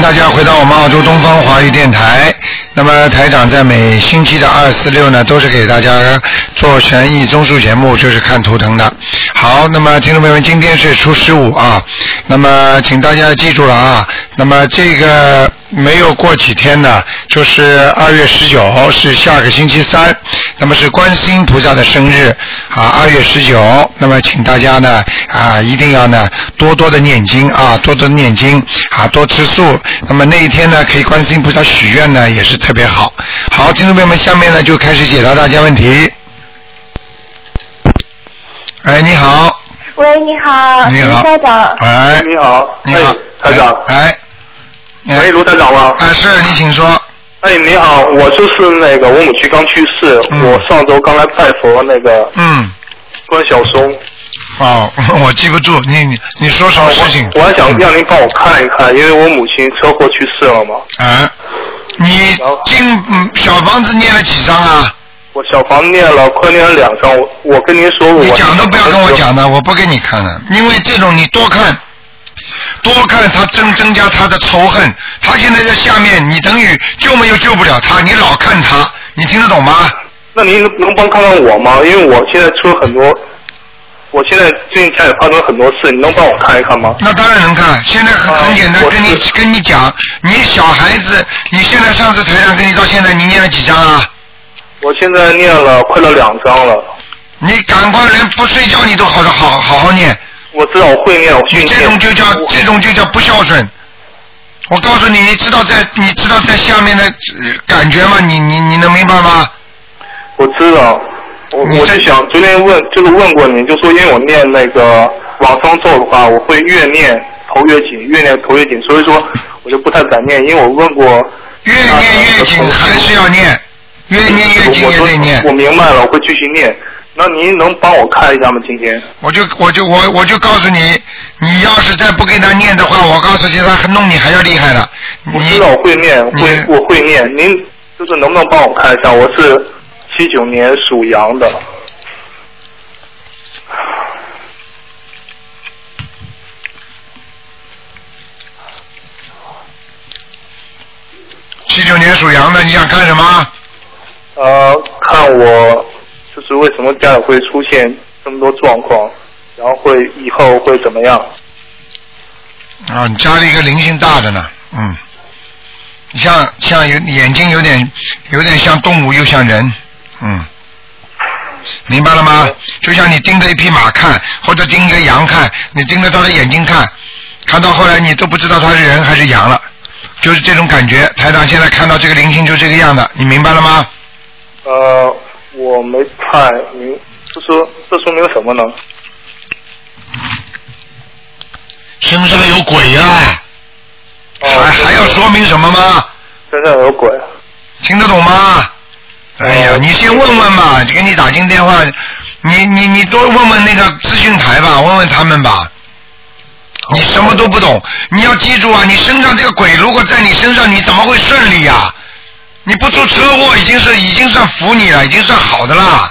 大家回到我们澳洲东方华语电台。那么台长在每星期的2、4、6呢，都是给大家做悬疑综述节目，就是看图腾的。好，那么听众朋友们，今天是初15啊，那么请大家记住了啊。那么这个没有过几天呢，就是2月19是下个星期三，那么是观世音菩萨的生日啊，2月19。那么请大家呢一定要呢多多的念经啊，多多的念经啊，多吃素。那么那一天呢，可以观世音菩萨许愿呢，也是特别好。好，听众朋友们，下面呢就开始解答大家问题。哎，你好。 喂，你好。 你好。 台长。 哎， 你好。 你好， 台长。 哎。 喂，卢台长吗？ 是，你请说。 哎，你好，我就是那个我母亲刚去世，我上周刚来拜佛那个。关小松。 哦，我记不住，你说什么事情？ 我还想让您帮我看一看，因为我母亲车祸去世了嘛。 你小房子念了几张啊？ 我小房子快念了2张，我跟您说过。 你讲都不要跟我讲的，我不给你看了，因为这种你多看他增加他的仇恨，他现在在下面，你等于救没有救不了他，你老看他，你听得懂吗？ 那您能帮看看我吗？因为我现在出了很多。我现在最近家里发生很多事，你能帮我看一看吗？ 那当然能看，现在很简单，跟你讲，你小孩子，你现在上次台上跟你到现在，你念了几张啊？ 我现在念了快了2张了。 你赶快连不睡觉你都好好念。 我知道我会念，我去念。 这种就叫不孝顺。我告诉你，你知道在下面的感觉吗？你能明白吗？ 我知道。我就想昨天问过你，就说因为我念那个往生咒的话，我会越念头越紧，所以说我就不太敢念，因为我问过。 越念越紧还是要念，越念越紧也得念。 我明白了，我会继续念。那您能帮我看一下吗？今天？我就告诉你，你要是再不给他念的话，我告诉你，他弄你还要厉害的。 我知道我会念，我会念。您就是能不能帮我看一下？我是79年属羊的。 79年属羊的，你想看什么？ 看我就是为什么家里会出现这么多状况，然后以后会怎么样？ 你家里一个灵性大的呢，像眼睛有点像动物又像人，明白了吗？就像你盯着一匹马看，或者盯着羊看，你盯着他的眼睛看到后来你都不知道他是人还是羊了，就是这种感觉。台长现在看到这个灵性就这个样的，你明白了吗？ 我没太明，这说明什么呢？ 身上有鬼啊！还要说明什么吗？ 身上有鬼。 听得懂吗？哎呀，你先问问嘛，就给你打进电话，你多问问那个咨询台吧，问问他们吧。你什么都不懂，你要记住啊！你身上这个鬼如果在你身上，你怎么会顺利呀？你不出车祸已经算服你了，已经算好的啦。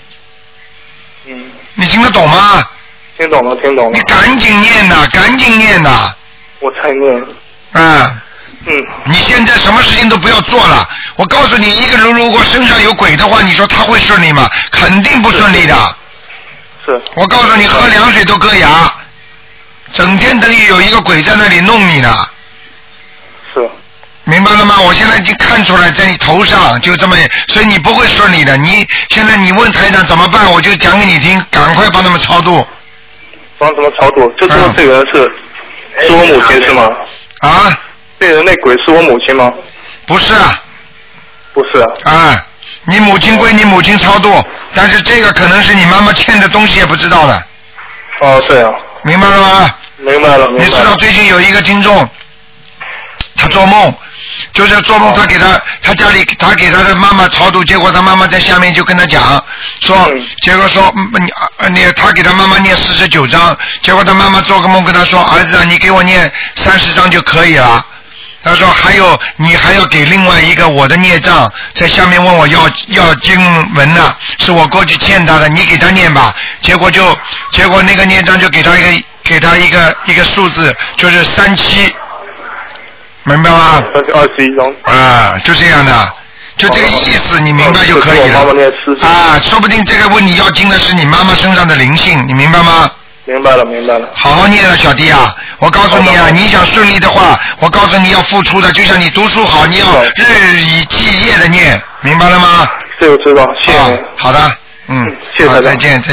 你听得懂吗？ 听懂了。 你赶紧念呐，赶紧念呐。 我才念。 你现在什么事情都不要做了。我告诉你，一个人如果身上有鬼的话，你说他会顺利吗？肯定不顺利的。 是。 我告诉你，喝凉水都硌牙，整天等于有一个鬼在那里弄你呢。 是。 明白了吗？我现在已经看出来在你头上，就这么，所以你不会顺利的。现在你问台长怎么办，我就讲给你听，赶快帮他们超度。 帮他们超度？就说这个人是我母亲是吗？这个人那鬼是我母亲吗？ 不是。 不是。 你母亲归你母亲超度，但是这个可能是你妈妈欠的东西也不知道的。 对啊。 明白了吗？ 明白了。 你知道最近有一个听众，他做梦。就是做梦，他给他的妈妈超度，结果他妈妈在下面就跟他讲说，结果说他给他妈妈念49章，结果他妈妈做个梦跟他说，儿子啊，你给我念30章就可以了。他说你还要给另外一个我的孽障，在下面问我要经文呢，是我过去欠他的，你给他念吧。结果那个孽障就给他一个数字，就是37。 明白吗？ 那就21张。 啊，就这样的，就这个意思，你明白就可以了。 我妈妈念40。 啊，说不定这个问你要经的是你妈妈身上的灵性，你明白吗？ 明白了，明白了。 好好念了，小弟啊！我告诉你啊，你想顺利的话，我告诉你要付出的，就像你读书好，你要日以继夜的念，明白了吗？ 这我知道，谢谢你。 好的， 谢谢大家。 再见。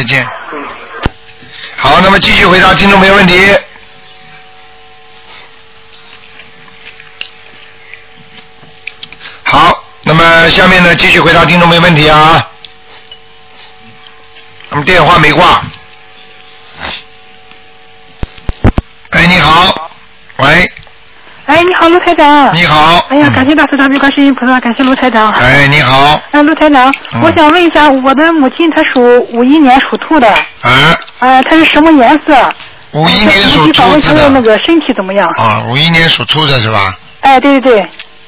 好，那么继续回答听众没问题。好，那么下面呢，继续回答听众没问题啊。那么电话没挂。哎，你好，喂。 哎，你好，卢台长。 你好。 哎呀，感谢大慈大悲观世音菩萨，感谢卢台长。 哎，你好。 卢台长，我想问一下，我的母亲她属51年属兔的。她是什么颜色 ？51年属兔子的。 那个身体怎么样？ 啊，51年属兔的是吧？ 哎，对对对。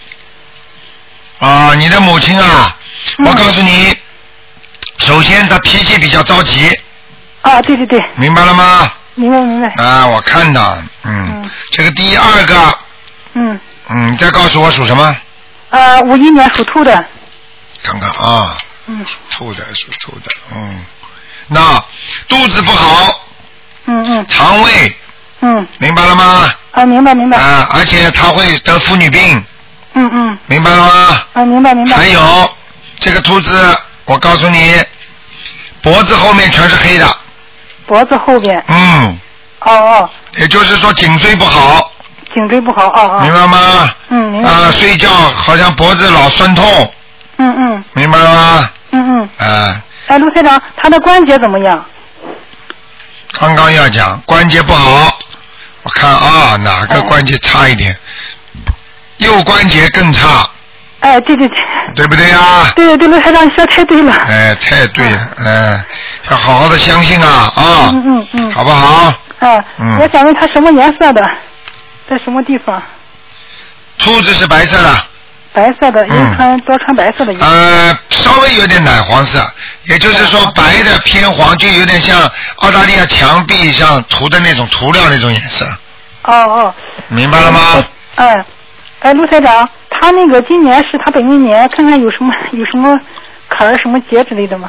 啊，你的母亲啊，我告诉你，首先她脾气比较着急。 啊，对对对。 明白了吗？ 明白。 啊，我看到，这个第二个。你再告诉我属什么 ？51年属兔的。 看看啊。兔的属兔的，那肚子不好。肠胃。明白了吗？ 啊，明白。 啊，而且他会得妇女病。明白了吗？ 啊，明白。 还有这个兔子，我告诉你，脖子后面全是黑的。 脖子后边。 也就是说颈椎不好。 颈椎不好。 明白吗？ 明白。 啊，睡觉好像脖子老酸痛。明白了吗？ 哎，卢台长，他的关节怎么样？ 刚刚要讲关节不好，我看啊，哪个关节差一点？右关节更差。 哎，对。 对不对呀？ 对，卢台长，你说太对了。 哎，太对了，要好好的相信啊啊。好不好？ 我想问他什么颜色的，在什么地方？ 兔子是白色的。 白色的，多穿白色的衣服。 稍微有点奶黄色，也就是说白的偏黄，就有点像澳大利亚墙壁上涂的那种涂料那种颜色。明白了吗？ 哎，卢台长，他那个今年是他本命年，看看有什么坎儿、什么节之类的吗？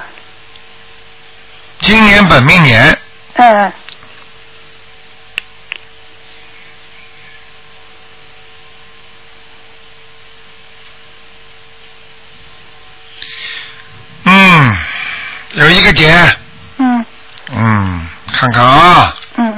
今年本命年。有一个节。看看啊。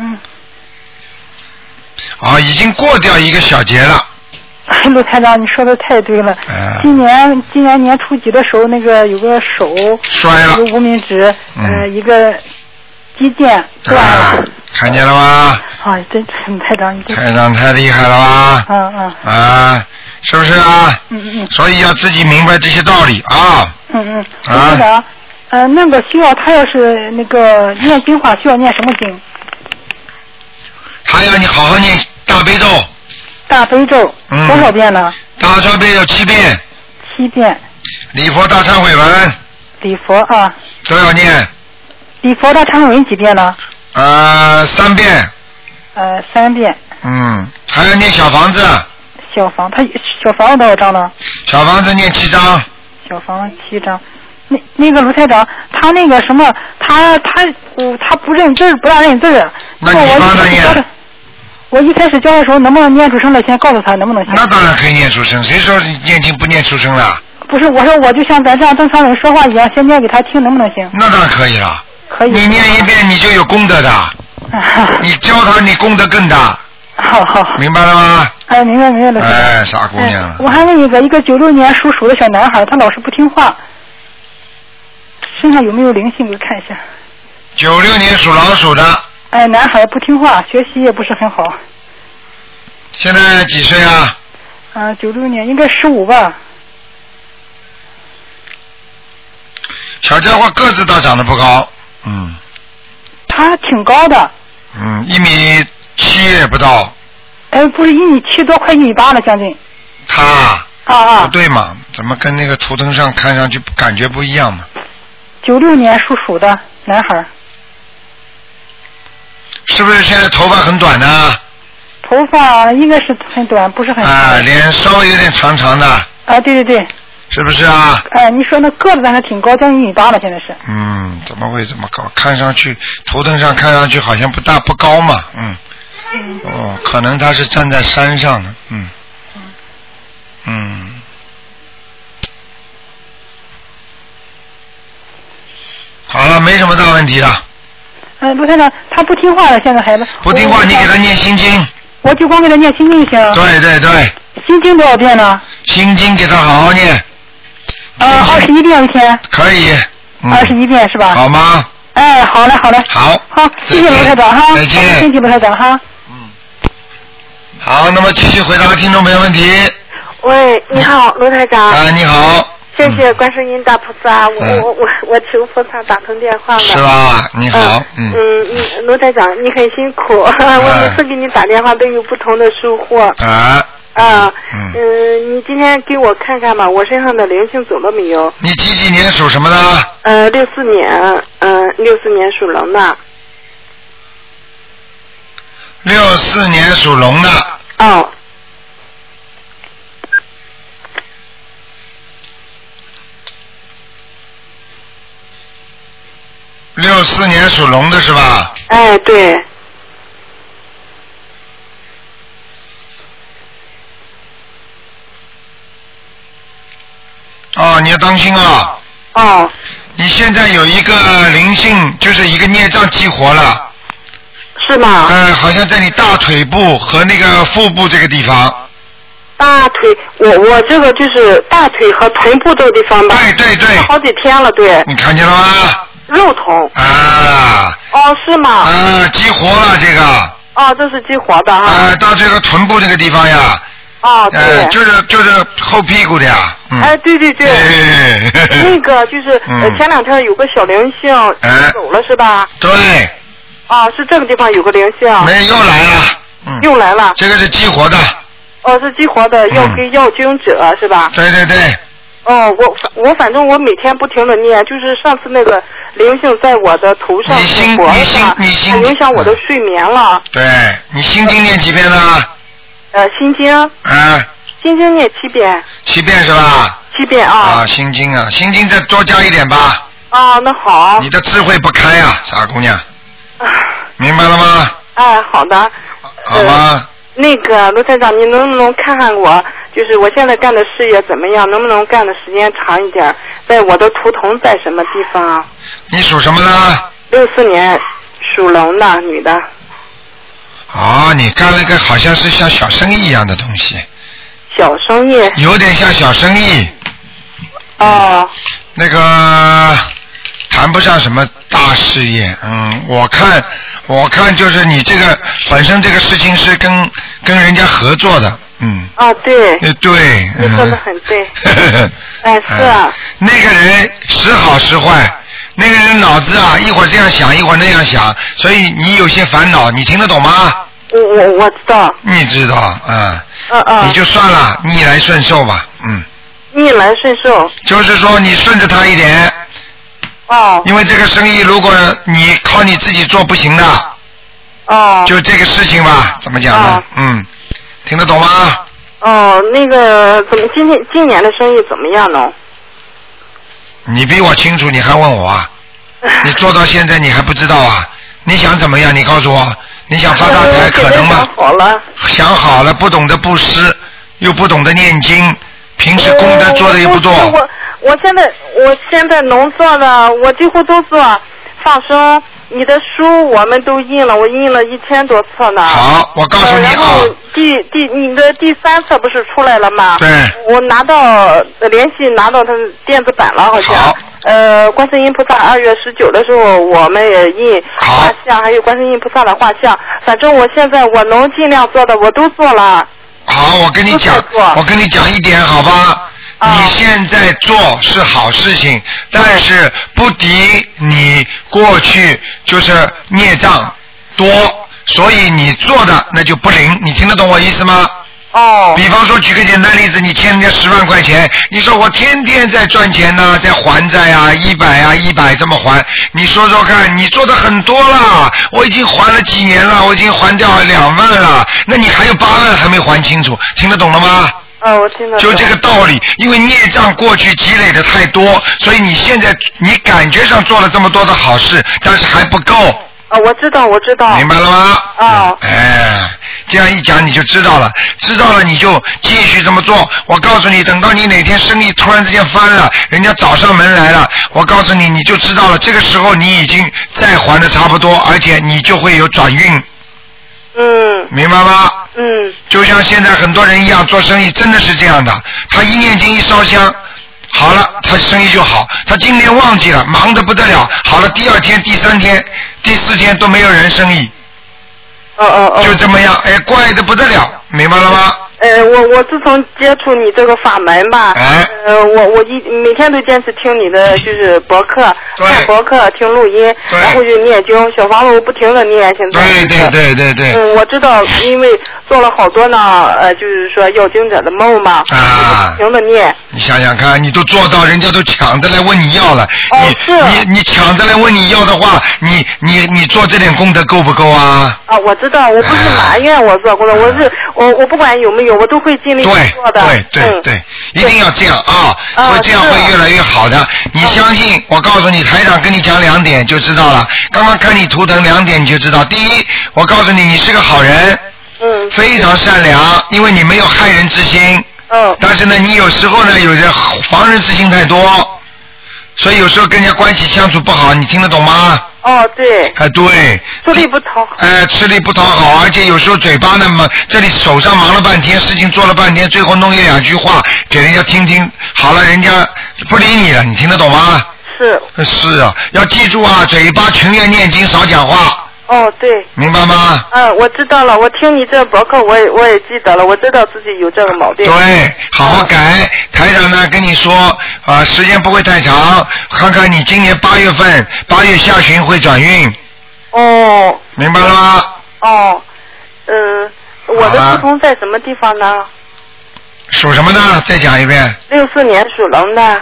已经过掉一个小节了。 陆台长，你说的太对了。今年年初几的时候，那个有个手摔了， 一个无名指，一个肌腱断了。 看见了吗？ 真台长， 台长太厉害了吧？是不是啊？所以要自己明白这些道理啊。 台长，那个需要他要是那个念经话，需要念什么经？ 他要你好好念大悲咒。 大悲咒多少遍呢？ 大悲咒7遍。 7遍。 礼佛大忏悔文。 礼佛啊。 都要念。 礼佛大忏悔文几遍呢 ？3遍。 3遍。 还要念小房子。 小房子多少张呢？ 小房子念7张。 小房子7张。那个卢台长，他那个什么，他不认字，不让认字。 那你帮他念。 我一开始教的时候，能不能念出声来？先告诉他能不能行？ 那当然可以念出声，谁说念经不念出声了？ 不是，我说我就像咱这样正常人说话一样，先念给他听，能不能行？ 那当然可以了。 可以。 你念一遍你就有功德的。你教他，你功德更大。 好。 明白了吗？ 明白了。 傻姑娘。 我还问一个96年属鼠的小男孩，他老是不听话，身上有没有灵性？我看一下。 96年属老鼠的。 男孩不听话，学习也不是很好。 现在几岁啊 ？96年应该15吧。 小家伙个子倒长得不高。 他挺高的。 1.7米也不到。 不是1.7米多，快1.8米了，将近。 他。不对嘛？怎么跟那个图腾上看上去感觉不一样嘛 ？96年属鼠的男孩。 是不是现在头发很短呢？ 头头发应该是很短，不是很长。 啊，脸稍微有点长长的。 啊，对对对。 是不是啊？ 你说那个子咱还挺高，将近1米8了，现在是。 怎么会这么高？看上去头顶上看上去好像不大不高嘛，可能他是站在山上的，好了，没什么大问题了。 卢台长，他不听话了，现在孩子。 不听话，你给他念心经。 我就光给他念心经行。 对对对。 心经多少遍呢？ 心经给他好好念。 21遍一天。 可以。 21遍是吧？ 好吗？ 哎，好嘞，好嘞。 好， 谢谢卢台长哈。 再见。 谢谢卢台长哈。 好，那么继续回答听众朋友问题。 喂，你好，卢台长。 你好。 谢谢观世音大菩萨，我求菩萨打通电话了。 是吧？你好。 卢台长，你很辛苦，我每次给你打电话都有不同的收获。你今天给我看看吧，我身上的灵性走了没有？ 你几年属什么的 ？64年，64年属龙的。 64年属龙的。 哦。 64年属龙的是吧？ 哎，对。 你要当心啊！你现在有一个灵性，就是一个孽障激活了。 是吗？ 好像在你大腿部和那个腹部这个地方。 大腿，我这个就是大腿和臀部这个地方吧。 对， 好几天了，对。 你看见了吗？ 肉痛。是吗？ 激活了这个。 这是激活的哈。 到这个臀部这个地方呀。 对。 就是后屁股的呀。 对。那个就是前2天有个小灵性走了是吧？ 对。 是这个地方有个灵性。 没，又来了。 又来了。 这个是激活的。 是激活的，要给要经者是吧？ 对。 我反正我每天不停的念，就是上次那个灵性在我的头上脖子上，它影响我的睡眠了。 对，你心经念几遍了？ 心经。心经念7遍。 7遍是吧 ？7遍心经心经再多加一点吧。 那好。 你的智慧不开傻姑娘。明白了吗？ 好的。 好吧。 那个卢台长，你能不能看看我，就是我现在干的事业怎么样？能不能干的时间长一点？在我的图腾在什么地方？ 你属什么呢 ？64年属龙的女的。 你干了个好像是像小生意一样的东西。 小生意。 有点像小生意。那个谈不上什么大事业。我看就是你这个本身这个事情是跟人家合作的。 对。 对。 你说的很对。是啊。 那个人时好时坏，那个人脑子一会儿这样想一会儿那样想，所以你有些烦恼，你听得懂吗？ 我知道。 你知道你就算了，逆来顺受吧。 逆来顺受。 就是说你顺着他一点。因为这个生意如果你靠你自己做不行的。就这个事情吧，怎么讲呢？听得懂吗？ 那个怎么今年的生意怎么样呢？ 你比我清楚，你还问我你做到现在你还不知道你想怎么样？你告诉我，你想发大财可能吗？想好了，不懂得布施，又不懂得念经，平时功德做的又不多。 我现在能做的，我几乎都做放生。你的书我们都印了，我印了1000多册呢。 好，我告诉你然后你的第3册不是出来了吗？ 对。 我联系拿到它电子版了，好像。 好。 观世音菩萨2月19的时候，我们也印画像，还有观世音菩萨的画像。反正我现在我能尽量做的我都做了。 好，我跟你讲一点，好吧？你现在做是好事情，但是不敌你过去就是孽障多，所以你做的那就不灵。你听得懂我意思吗？ 比方说举个简单例子，你欠人家10万块钱，你说我天天在赚钱呢，在还债啊，100这么还，你说说看，你做的很多了，我已经还了几年了，我已经还掉2万了，那你还有8万还没还清楚，听得懂了吗？ 我听得懂。 就这个道理，因为孽障过去积累的太多，所以你现在你感觉上做了这么多的好事，但是还不够。 我知道。 明白了吗？这样一讲你就知道了，你就继续这么做。我告诉你，等到你哪天生意突然之间翻了，人家找上门来了，我告诉你，你就知道了。这个时候你已经再还的差不多，而且你就会有转运。明白吗？就像现在很多人一样，做生意真的是这样的。他一念经一烧香，好了，他生意就好。他今天忘记了，忙得不得了，好了，第2天、第3天、第4天都没有人生意。就这么样，怪得不得了，明白了吗？ 我自从接触你这个法门吧，我每天都坚持听你的就是博客，看博客，听录音，然后就念经，小房子我不停的念，现在。对。我知道，因为做了好多呢，就是说要经者的梦嘛，不停的念。 你想想看，你都做到，人家都抢着来问你要了，你抢着来问你要的话，你做这点功德够不够啊？ 我知道，我不是埋怨我做功德，我不管有没有，我都会尽力做的。 对，一定要这样会这样会越来越好的。你相信我告诉你，台长跟你讲2点就知道了。刚刚看你图腾2点你就知道。第一，我告诉你，你是个好人，非常善良，因为你没有害人之心。但是呢，你有时候呢，有点防人之心太多，所以有时候跟人家关系相处不好，你听得懂吗？ 对。 对。 吃力不讨好。 吃力不讨好，而且有时候嘴巴呢嘛，这里手上忙了半天，事情做了半天，最后弄1-2句话给人家听听，好了，人家不理你了，你听得懂吗？是啊，要记住啊，嘴巴勤愿念经，少讲话。 对。 明白吗？ 我知道了，我听你这个博客我也记得了，我知道自己有这个毛病。 对，好好改。台长呢跟你说时间不会太长，看看你今年8月下旬会转运。明白了吗？ 我的图腾在什么地方呢？ 属什么呢？再讲一遍。 64年属龙的。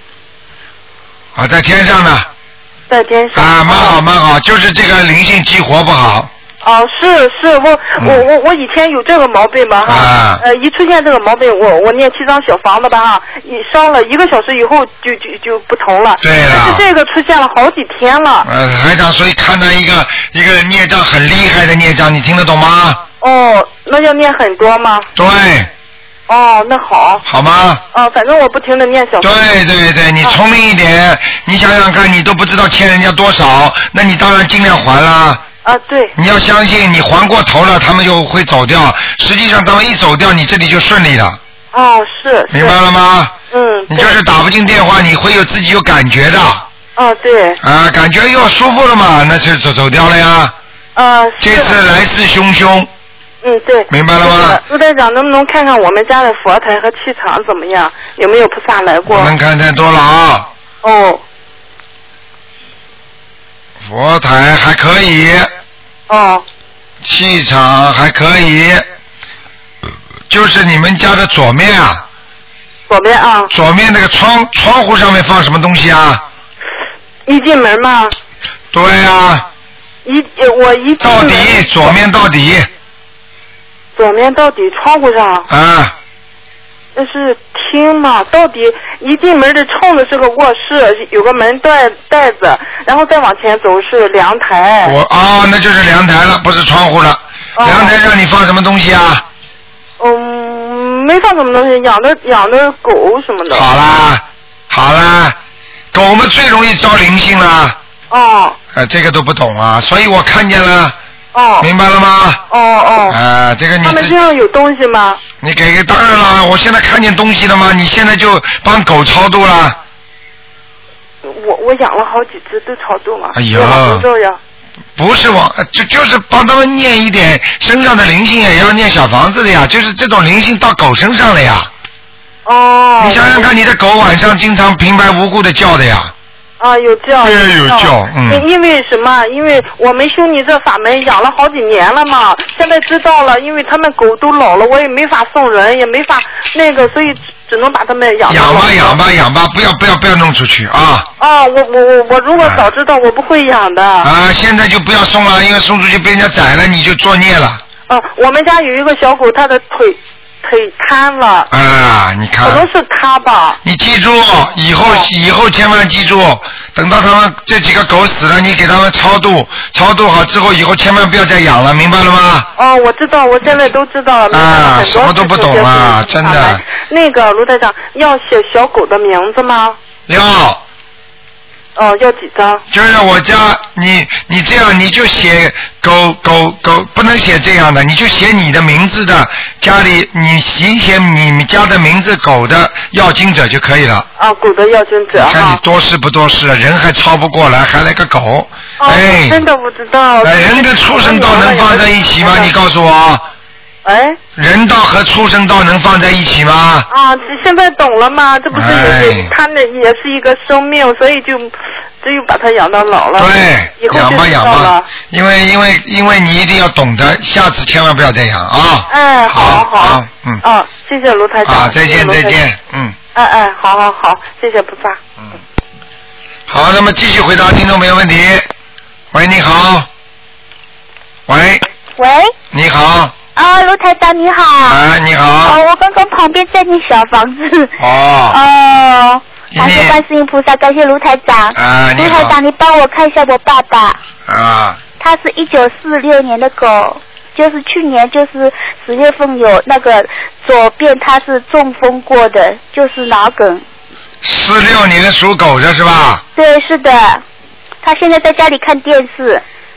在天上呢。 在天上。 蛮好，就是这个灵性激活不好。 是我以前有这个毛病吧一出现这个毛病，我念7张小房子吧一烧了1个小时以后就不疼了。 对了。 但是这个出现了好几天了。 台长，所以看到一个孽障很厉害的孽障，你听得懂吗？ 那要念很多吗？ 对。 那好。 好吗？ 反正我不停的念小房子。 对，你聪明一点，你想想看，你都不知道欠人家多少，那你当然尽量还啦。 对。 你要相信，你还过头了，他们就会走掉。实际上，他们一走掉，你这里就顺利了。 是。 明白了吗？你就是打不进电话，你会自己有感觉的。 对。 感觉又舒服了嘛，那就走掉了呀。这次来势汹汹。 对。 明白了吗？ 卢台长，能不能看看我们家的佛台和气场怎么样？有没有菩萨来过？ 不能看太多了啊。佛台还可以。气场还可以，就是你们家的左面啊。 左边左面那个窗户上面放什么东西啊？ 一进门吗？ 对啊。 我一进门。 到底左面到底。 左面到底窗户上。那是厅嘛？到底一进门的冲的是个卧室，有个门带子，然后再往前走是阳台。 那就是阳台了，不是窗户了。阳台让你放什么东西啊？ 没放什么东西，养的狗什么的。 好啦，狗们最容易招灵性了。这个都不懂啊，所以我看见了。明白了吗？这个你他们身上有东西吗？ 你当然了，我现在看见东西了吗？你现在就帮狗超度了。 我养了好几只，都超度了。 不是就是帮他们念一点身上的灵性，也要念小房子的呀，就是这种灵性到狗身上了呀。你想想看，你的狗晚上经常平白无故的叫的呀。 啊，有叫， 有叫， 因为什么？因为我们修你这法门养了好几年了嘛，现在知道了，因为他们狗都老了，我也没法送人，也没法那个，所以只能把他们养吧，不要弄出去啊！ 哦，我如果早知道，我不会养的。 啊，现在就不要送了，因为送出去被人家宰了，你就作孽了。 我们家有一个小狗，它的腿瘫了。 啊，你看。 可能是咖吧。 你记住，以后千万记住，等到他们这几个狗死了，你给他们超度好之后，以后千万不要再养了，明白了吗？ 哦，我知道，我现在都知道了。 啊，什么都不懂啊，真的。 那个卢台长，要写小狗的名字吗？ 要。 要几张？ 就是我家你这样，你就写狗，不能写这样的，你就写你的名字的家里，你写你家的名字狗的要经者就可以了。 狗的要经者。 你看你多事不多事，人还超不过来，还来个狗。 真的不知道。 人跟畜生道能放在一起吗？你告诉我。人道和畜生道能放在一起吗？ 现在懂了吗？这不是他那也是一个生命，所以就只有把它养到老了。 对，养吧，因为你一定要懂得，下次千万不要再养啊。 好，谢谢卢台长。 再见。 好，谢谢菩萨。 好，那么继续回答听众朋友问题。喂，你好。喂。你好。 卢台长你好。 你好。 我刚刚旁边在念小房子。感谢观世音菩萨，感谢卢台长。卢台长，你帮我看一下我爸爸。他是1946年的狗，就是去年就是10月份有那个左边他是中风过的，就是脑梗。 46年属狗的是吧？ 对，是的。他现在在家里看电视。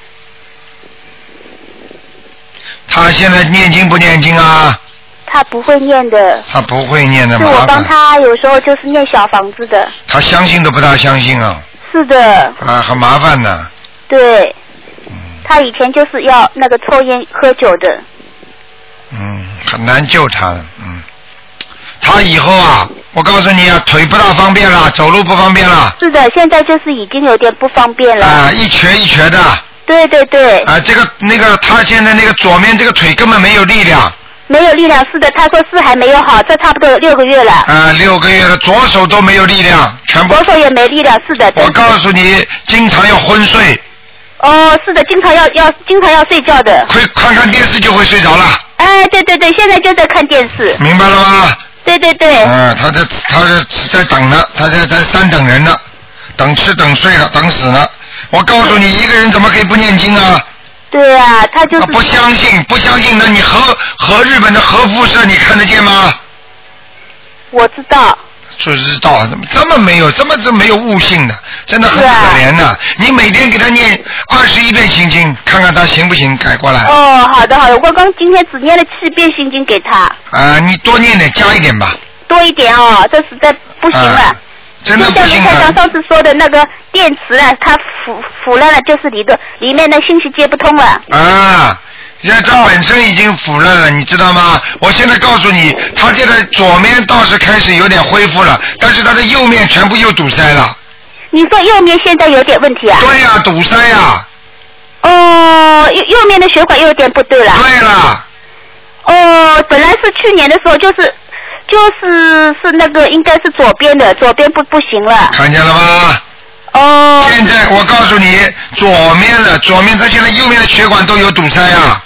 他现在念经不念经啊？ 他不会念的。 他不会念的， 是我帮他有时候就是念小房子的。 他相信都不大相信啊。 是的。 很麻烦的。 对。他以前就是要那个抽烟喝酒的。 很难救他的。他以后啊，我告诉你啊，腿不大方便了，走路不方便了。 是的，现在就是已经有点不方便了。 一瘸一瘸的。 对。 他现在那个左面这个腿根本没有力量。 没有力量，是的，他说是还没有好，这差不多有6个月了。 6个月了，左手都没有力量，全部。 左手也没力量，是的。 我告诉你，经常要昏睡。 是的，经常要睡觉的。 看看电视就会睡着了。 对，现在就在看电视。 明白了吗？ 对。 他在等呢，他在3等人呢，等吃等睡了，等死呢。我告诉你，一个人怎么可以不念经啊？ 对啊，他就是。 不相信的，你和日本的核辐射你看得见吗？ 我知道。 知道，怎么这么没有悟性的，真的很可怜的。你每天给他念21遍心经，看看他行不行改过来。 好的，我刚今天只念了7遍心经给他。 你多念点，加一点吧。 多一点这实在不行了。 真的不行。 就像卢台长上次说的那个电池它腐烂了，就是里面的信息接不通了。这本身已经腐烂了，你知道吗？我现在告诉你，他现在左面倒是开始有点恢复了，但是他的右面全部又堵塞了。 你说右面现在有点问题啊？ 对呀，堵塞呀。 右面的血管又有点不对了。 对了。 本来是去年的时候就是那个应该是左边不行了。 看见了吗？现在我告诉你，左面他现在右面的血管都有堵塞啊。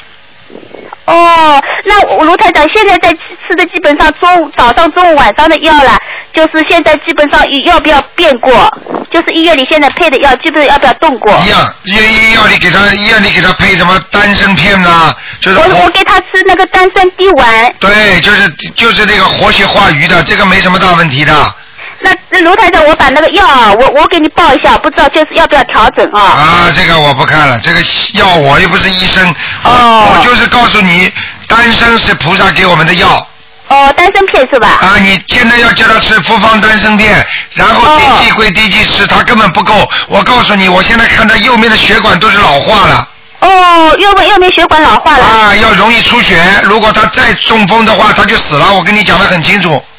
那卢台长现在在吃的基本上早上、中午、晚上的药了，就是现在基本上要不要变过？就是医院里现在配的药，基本上要不要动过？ 一样，医院里给他配什么丹参片呐？就是我给他吃那个丹参滴丸。对， 就是那个活血化瘀的，这个没什么大问题的。 那卢台长，我把那个药我给你报一下，不知道就是要不要调整这个我不看了，这个药我又不是医生。我就是告诉你，丹参是菩萨给我们的药。 丹参片是吧？ 你现在要叫他吃复方丹参片，然后低剂归低剂吃，他根本不够。我告诉你，我现在看他右面的血管都是老化了。 右面血管老化了。 要容易出血，如果他再中风的话，他就死了。我跟你讲得很清楚。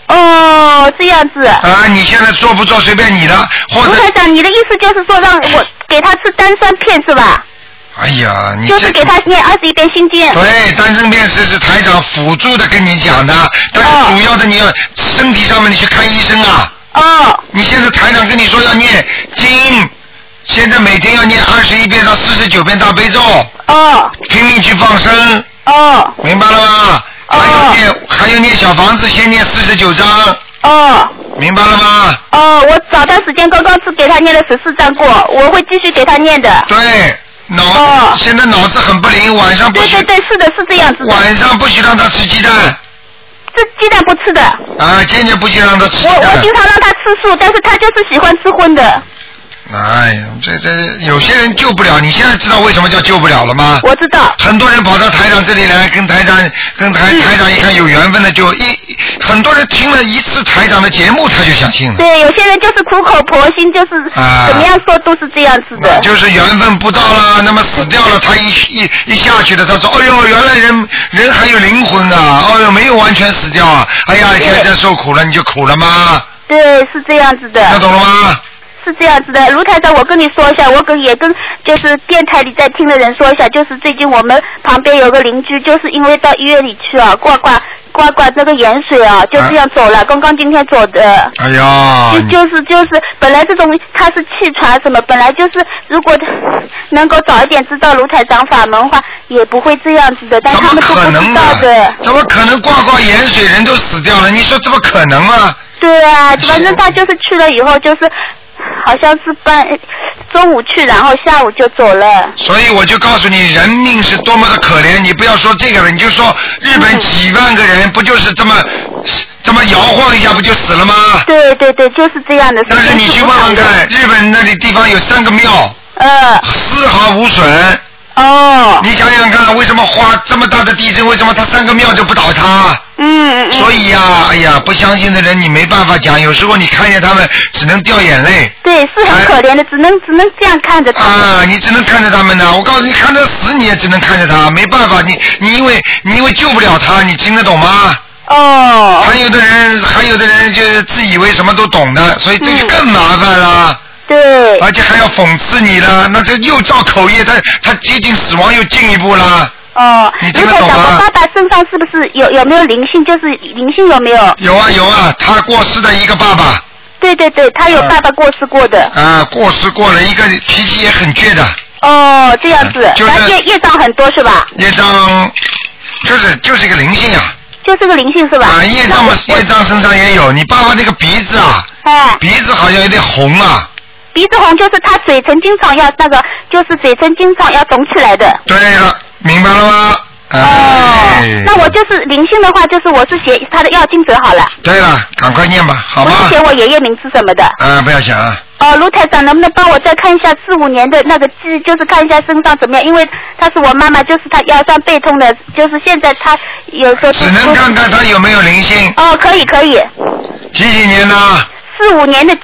哦，这样子。 啊，你现在做不做随便你的，或者。 卢台长，你的意思就是说让我给他吃丹参片是吧？ 哎呀，你就是给他念21遍心经。 对，丹参片是台长辅助的跟你讲的，但是主要的你要身体上面你去看医生啊。 哦。 你现在台长跟你说要念经，现在每天要念21遍到49遍大悲咒。 哦。 拼命去放生。 哦。 明白了吗？还有念小房子，先念49章。 哦。 明白了吗？ 哦，我找段时间刚刚是给他念了14章过，我会继续给他念的。 对。现在脑子很不灵，晚上不许。 对，是的，是这样子的。 晚上不许让他吃鸡蛋。 这鸡蛋不吃的。 啊，坚决不许让他吃鸡蛋。 我经常让他吃素，但是他就是喜欢吃荤的。 哎呀，这有些人救不了，你现在知道为什么叫救不了了吗？ 我知道。 很多人跑到台长这里来，跟台长一看有缘分的，就很多人听了一次台长的节目，他就相信了。对， 有些人就是苦口婆心，就是怎么样说都是这样子的。 就是缘分不到了，那么死掉了，他一下去了，他说，哎呦，原来人还有灵魂啊，哦呦，没有完全死掉啊，哎呀，现在受苦了，你就苦了吗？ 对，是这样子的。 那懂了吗？ 是这样子的，卢台长，我跟你说一下，我也跟就是电台里在听的人说一下，就是最近我们旁边有个邻居，就是因为到医院里去啊，挂那个盐水啊，就这样走了，刚刚今天走的。 哎呀。 就是本来这种他是气喘什么，本来就是如果能够早一点知道卢台长法门的话，也不会这样子的，但他们都不知道的。 怎么可能挂盐水人都死掉了？你说怎么可能啊？ 对啊，反正他就是去了以后就是。好像是中午去，然后下午就走了。 所以我就告诉你，人命是多么的可怜。你不要说这个了，你就说日本几万个人，不就是这么摇晃一下，不就死了吗？ 对，就是这样的。 但是你去问问看，日本那里地方有3个庙，丝毫无损。 哦。 你想想看，为什么花这么大的地震，为什么他3个庙就不倒塌？所以呀，哎呀，不相信的人你没办法讲，有时候你看见他们只能掉眼泪。 对，是很可怜的，只能这样看着他们。 啊，你只能看着他们呢。我告诉你，看着死你也只能看着他，没办法，你因为救不了他，你听得懂吗？ 哦。 还有的人就是自以为什么都懂的，所以这就更麻烦了。 对。 而且还要讽刺你了，那这又造口业，他接近死亡又进一步了。 哦， 你听得懂吗？ 我爸爸身上是不是有没有灵性？就是灵性有没有？ 有啊，他过世的一个爸爸。 对，他有爸爸过世过的。 过世过了一个脾气也很倔的。 哦，这样子，就是业障很多是吧？ 业障就是一个灵性啊。 就是个灵性是吧？ 业障身上也有，你爸爸那个鼻子啊，鼻子好像有点红啊。 鼻子红就是他嘴唇经常要就是嘴唇经常要肿起来的。 对了。明白了吗？ 那我就是灵性的话，就是我是写他的要经者好了。对了，赶快念吧，好吗？ 我是写我爷爷名字什么的。 不要想啊。 卢台长，能不能帮我再看一下45年的那个鸡，就是看一下身上怎么样？因为他是我妈妈，就是他腰酸背痛的，就是现在他有时候。 只能看看他有没有灵性。 可以。 几年呢 ？45年的鸡。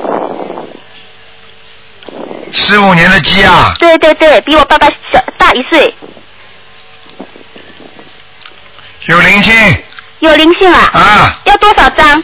15年的鸡啊？ 对，比我爸爸大1岁。 有灵性。 有灵性啊？要多少张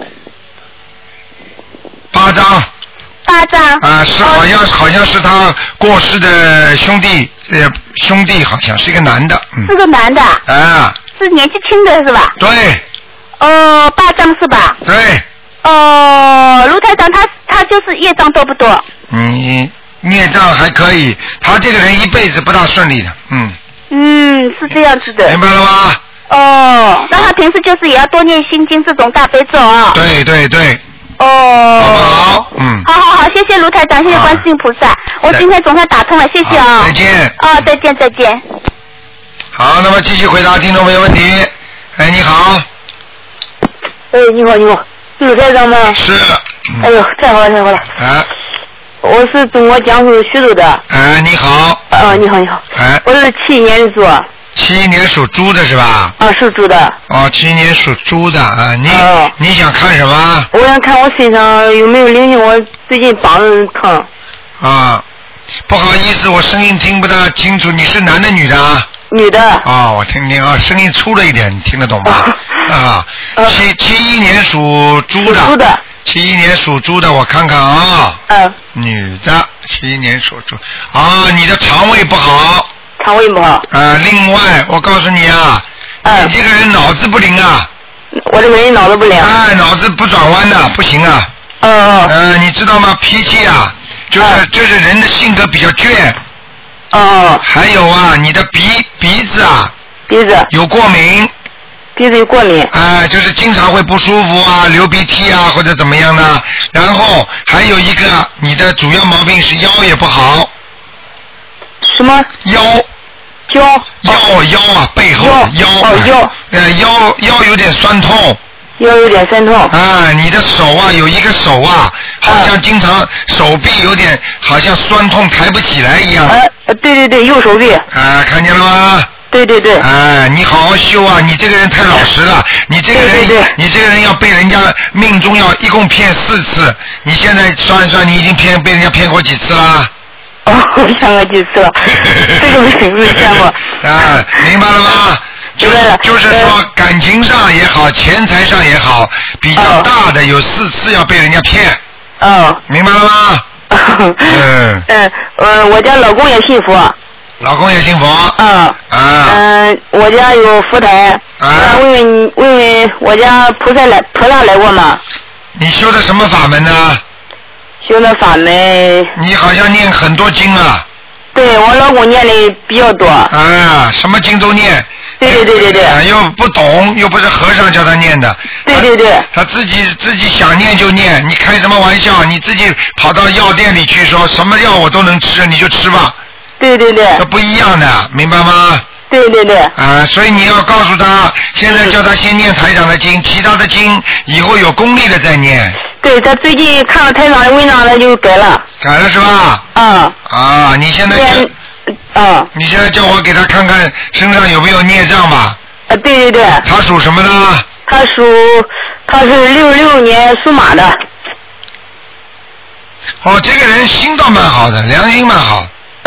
？8张。 8张。 是好像是他过世的兄弟好像是一个男的。 是个男的。是年纪轻的是吧？ 对。 8张是吧？ 对。 卢台长他就是业障多不多？ 孽障还可以，他这个人一辈子不大顺利的。 是这样子的。 明白了吗？ 那他平时就是也要多念心经这种大悲咒啊。 对。好不好？ 好，谢谢卢台长，谢谢观世音菩萨，我今天总算打通了，谢谢啊。 再见。 再见。 好，那么继续回答听众朋友问题。你好。 你好，是卢台长吗？ 是。 哎呦，太好了。我是中国江苏徐州的。 你好。 你好。我是71年的猪。 71年属猪的是吧？ 属猪的。 71年属猪的啊，你想看什么？ 我想看我身上有没有灵性，我最近膀子疼。 不好意思，我声音听不大清楚，你是男的女的啊？ 女的。 啊，我听听啊，声音粗了一点，你听得懂吗？啊，71年属猪的。 属猪的。 71年属猪的，我看看啊。女的，71年属猪。啊，你的肠胃不好。 肠胃不好。 另外我告诉你啊，你这个人脑子不灵啊。 我这个人脑子不灵。 脑子不转弯的，不行啊。你知道吗？脾气啊，就是人的性格比较倔。还有啊，你的鼻子啊，有过敏。 鼻子有过敏。 就是经常会不舒服啊，流鼻涕啊，或者怎么样的。然后还有一个，你的主要毛病是腰也不好。 什么？ 腰啊，背后腰有点酸痛。 腰有点酸痛。 你的手啊，有一个手啊，好像经常手臂有点好像酸痛，抬不起来一样。 对，右手臂。 看见了吗？ 对。 你好好修啊！你这个人太老实了，你这个人要被人家命中要一共骗4次，你现在算一算，你已经被人家骗过几次了？ 我骗过几次了，这个没骗过。 明白了吗？就是说感情上也好，钱财上也好，比较大的有4次要被人家骗。明白了吗？ 我家老公也信佛。 老公也信佛。 我家有佛台。问问我家菩萨来过吗？ 你修的什么法门呢？ 修的法门。 你好像念很多经啊。 对，我老公念的比较多。 什么经都念。 对。 又不懂，又不是和尚叫他念的。 对。 他自己想念就念，你开什么玩笑？你自己跑到药店里去说什么药我都能吃，你就吃吧。 对。 这不一样的，明白吗？ 对。 所以你要告诉他，现在叫他先念台长的经，其他的经以后有功力的再念。 对，他最近看了台长的文章，他就改了。 改了是吧？你现在你现在叫我给他看看身上有没有孽障吧？ 对。 他属什么呢？ 他是66年属马的。 这个人心倒蛮好的，良心蛮好。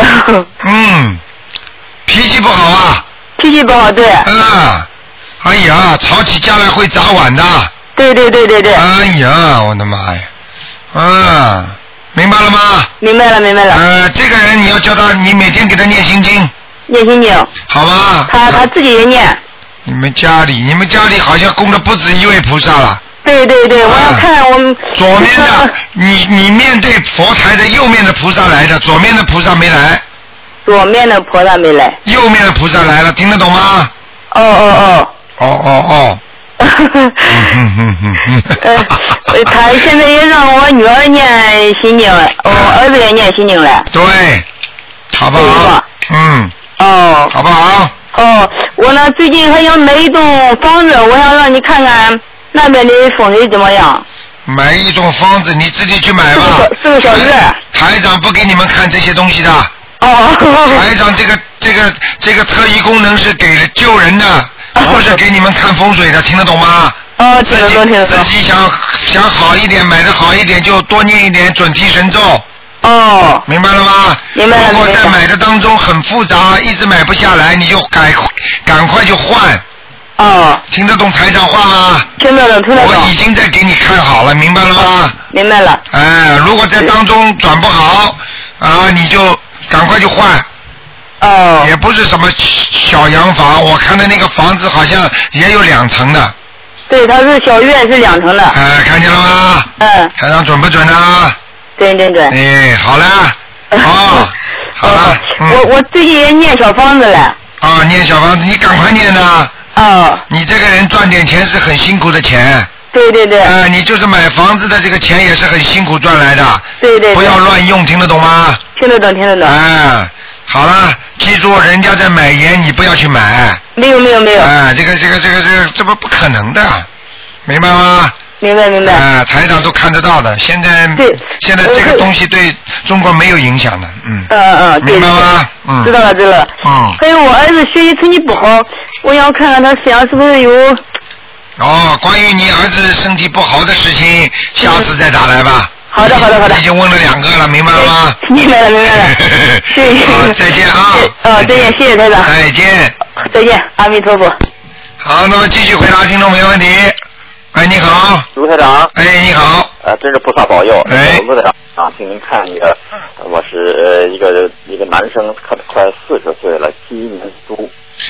脾气不好啊。 脾气不好，对。 哎呀，吵起架来会砸碗的。 对。 哎呀，我的妈呀！明白了吗？ 明白了。 这个人你要叫他，你每天给他念心经。 念心经。好吧。 他自己也念。 你们家里好像供的不止一位菩萨了。 对，我要看我们。 左面的，你面对佛台的右面的菩萨来的，左面的菩萨没来。 左面的菩萨没来。 右面的菩萨来了，听得懂吗？ 他现在也让我女儿念心经，我儿子也念心经了。 对，好不好？好不好？ 我呢最近还想买一栋房子，我想让你看看那边的风水怎么样。 买一栋房子，你自己去买吧。 4个小时。 台长不给你们看这些东西的。台长这个特异功能是给了救人的，不是给你们看风水的，听得懂吗？ 听得懂。 自己想好一点，买的好一点，就多念一点准提神咒。明白了吗？ 明白了。 如果在买的当中很复杂，一直买不下来，你就赶快就换。听得懂台长话吗？ 听得懂。 我已经在给你看好了，明白了吗？ 明白了。 如果在当中转不好你就赶快就换。也不是什么小洋房，我看的那个房子好像也有2层的。 对，它是小院，是2层的。 看见了吗？台长准不准啊？ 准。 好了。好了。 我最近也念小房子了。 念小房子，你赶快念呐。你这个人赚点钱是很辛苦的钱。 对。 你就是买房子的这个钱也是很辛苦赚来的。 对。 不要乱用，听得懂吗？ 听得懂。 好了，记住，人家在买盐，你不要去买。 没有。 这不可能的，明白吗？ 明白。 台长都看得到的，现在这个东西对中国没有影响的，明白吗？ 知道了。还有我儿子学习成绩不好，我想看看他身上是不是有。 关于你儿子身体不好的事情，下次再打来吧。 好的。 已经问了2个了，明白了吗？ 明白了。谢谢。 好，再见啊。 再见，谢谢台长。 再见。 再见，阿弥陀佛。 好，那么继续回答听众没问题。哎，你好， 卢台长。 哎，你好。 真是菩萨保佑。 哎， 卢台长啊，请您看一个，我是一个男生，快40岁了，71年猪。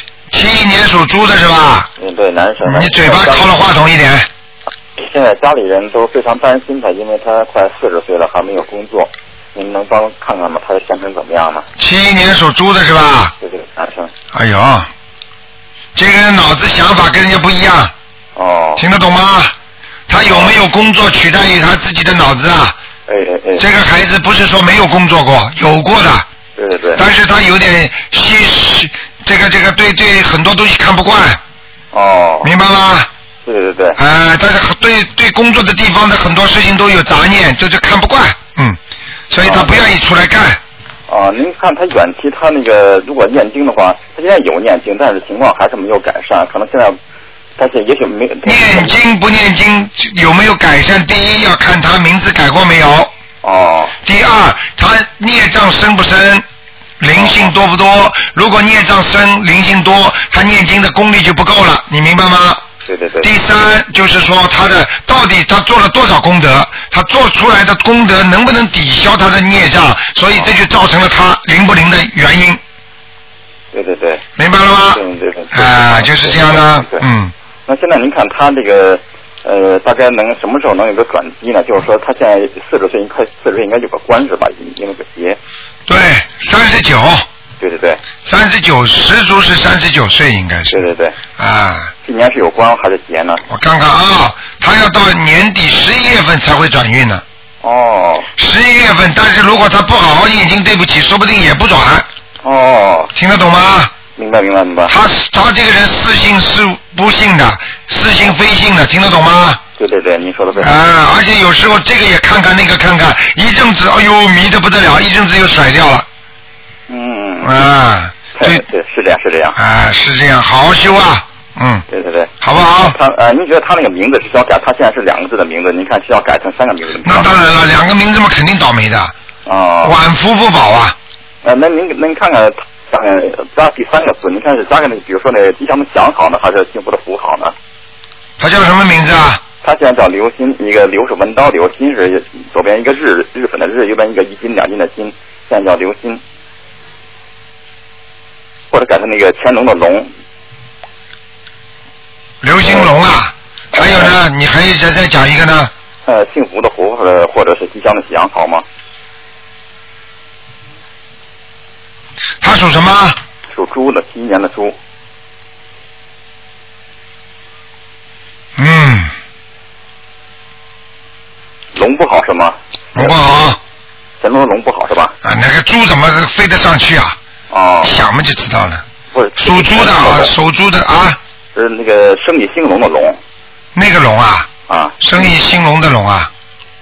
71年属猪的是吧？ 对，男生。 你嘴巴靠了话筒一点。 现在家里人都非常担心他，因为他快40岁了，还没有工作。您能帮看看吗？他的前程怎么样呢 ？71年属猪的是吧？ 对，男生。 哎呦，这个人脑子想法跟人家不一样。 哦。 听得懂吗？他有没有工作取代于他自己的脑子啊？这个孩子不是说没有工作过，有过的。 对。 但是他有点这个对很多东西看不惯。 哦。 明白吗？ 对。 但是对工作的地方的很多事情都有杂念，就是看不惯，所以他不愿意出来干。 您看他远期他那个如果念经的话，他现在有念经，但是情况还是没有改善，可能现在。但是也许没念经不念经有没有改善？第一要看他名字改过没有。第二，他孽障深不深，灵性多不多？如果孽障深，灵性多，他念经的功力就不够了，你明白吗？ 对。 第三就是说他的到底他做了多少功德，他做出来的功德能不能抵消他的孽障？所以这就造成了他灵不灵的原因。 对。 明白了吗？ 对。 就是这样的。 那现在您看他这个大概什么时候能有个转机呢？就是说他现在40岁，快40岁应该有个官是吧？因为个劫。 对，39。 对。 39，十足是39岁应该是。 对。今年是有官还是劫呢？ 我看看啊，他要到年底11月份才会转运呢。11月份，但是如果他不好好念经，对不起，说不定也不转。听得懂吗？ 明白。 他这个人是信是不信的，是信非信的，听得懂吗？ 对，您说的对。 而且有时候这个也看看，那个看看，一阵子哎呦迷得不得了，一阵子又甩掉了。 对，是这样。 是这样，好好修啊。 对， 好不好？ 您觉得他那个名字是需要改？他现在是2个字的名字，您看需要改成3个名字？ 那当然了，2个名字嘛，肯定倒霉的。晚福不保啊。 那您看看。加第3个字，您看是加个比如说那吉祥的祥好呢，还是幸福的福好呢？ 他叫什么名字啊？ 他现在叫刘鑫，一个刘是文刀刘，鑫是左边一个日本的日，右边一个1斤2斤的斤，现在叫刘鑫，或者改成那个乾隆的隆。 刘兴龙啊？还有呢？你还有再讲一个呢？ 幸福的福或者是吉祥的祥好吗？ 他属什么？ 属猪的，71年的猪。龙不好是吗？ 龙不好。 乾隆的龙不好是吧？ 那个猪怎么飞得上去啊？想嘛就知道了。 不是属猪的啊，属猪的啊。 那个生意兴隆的龙。 那个龙啊。生意兴隆的龙啊。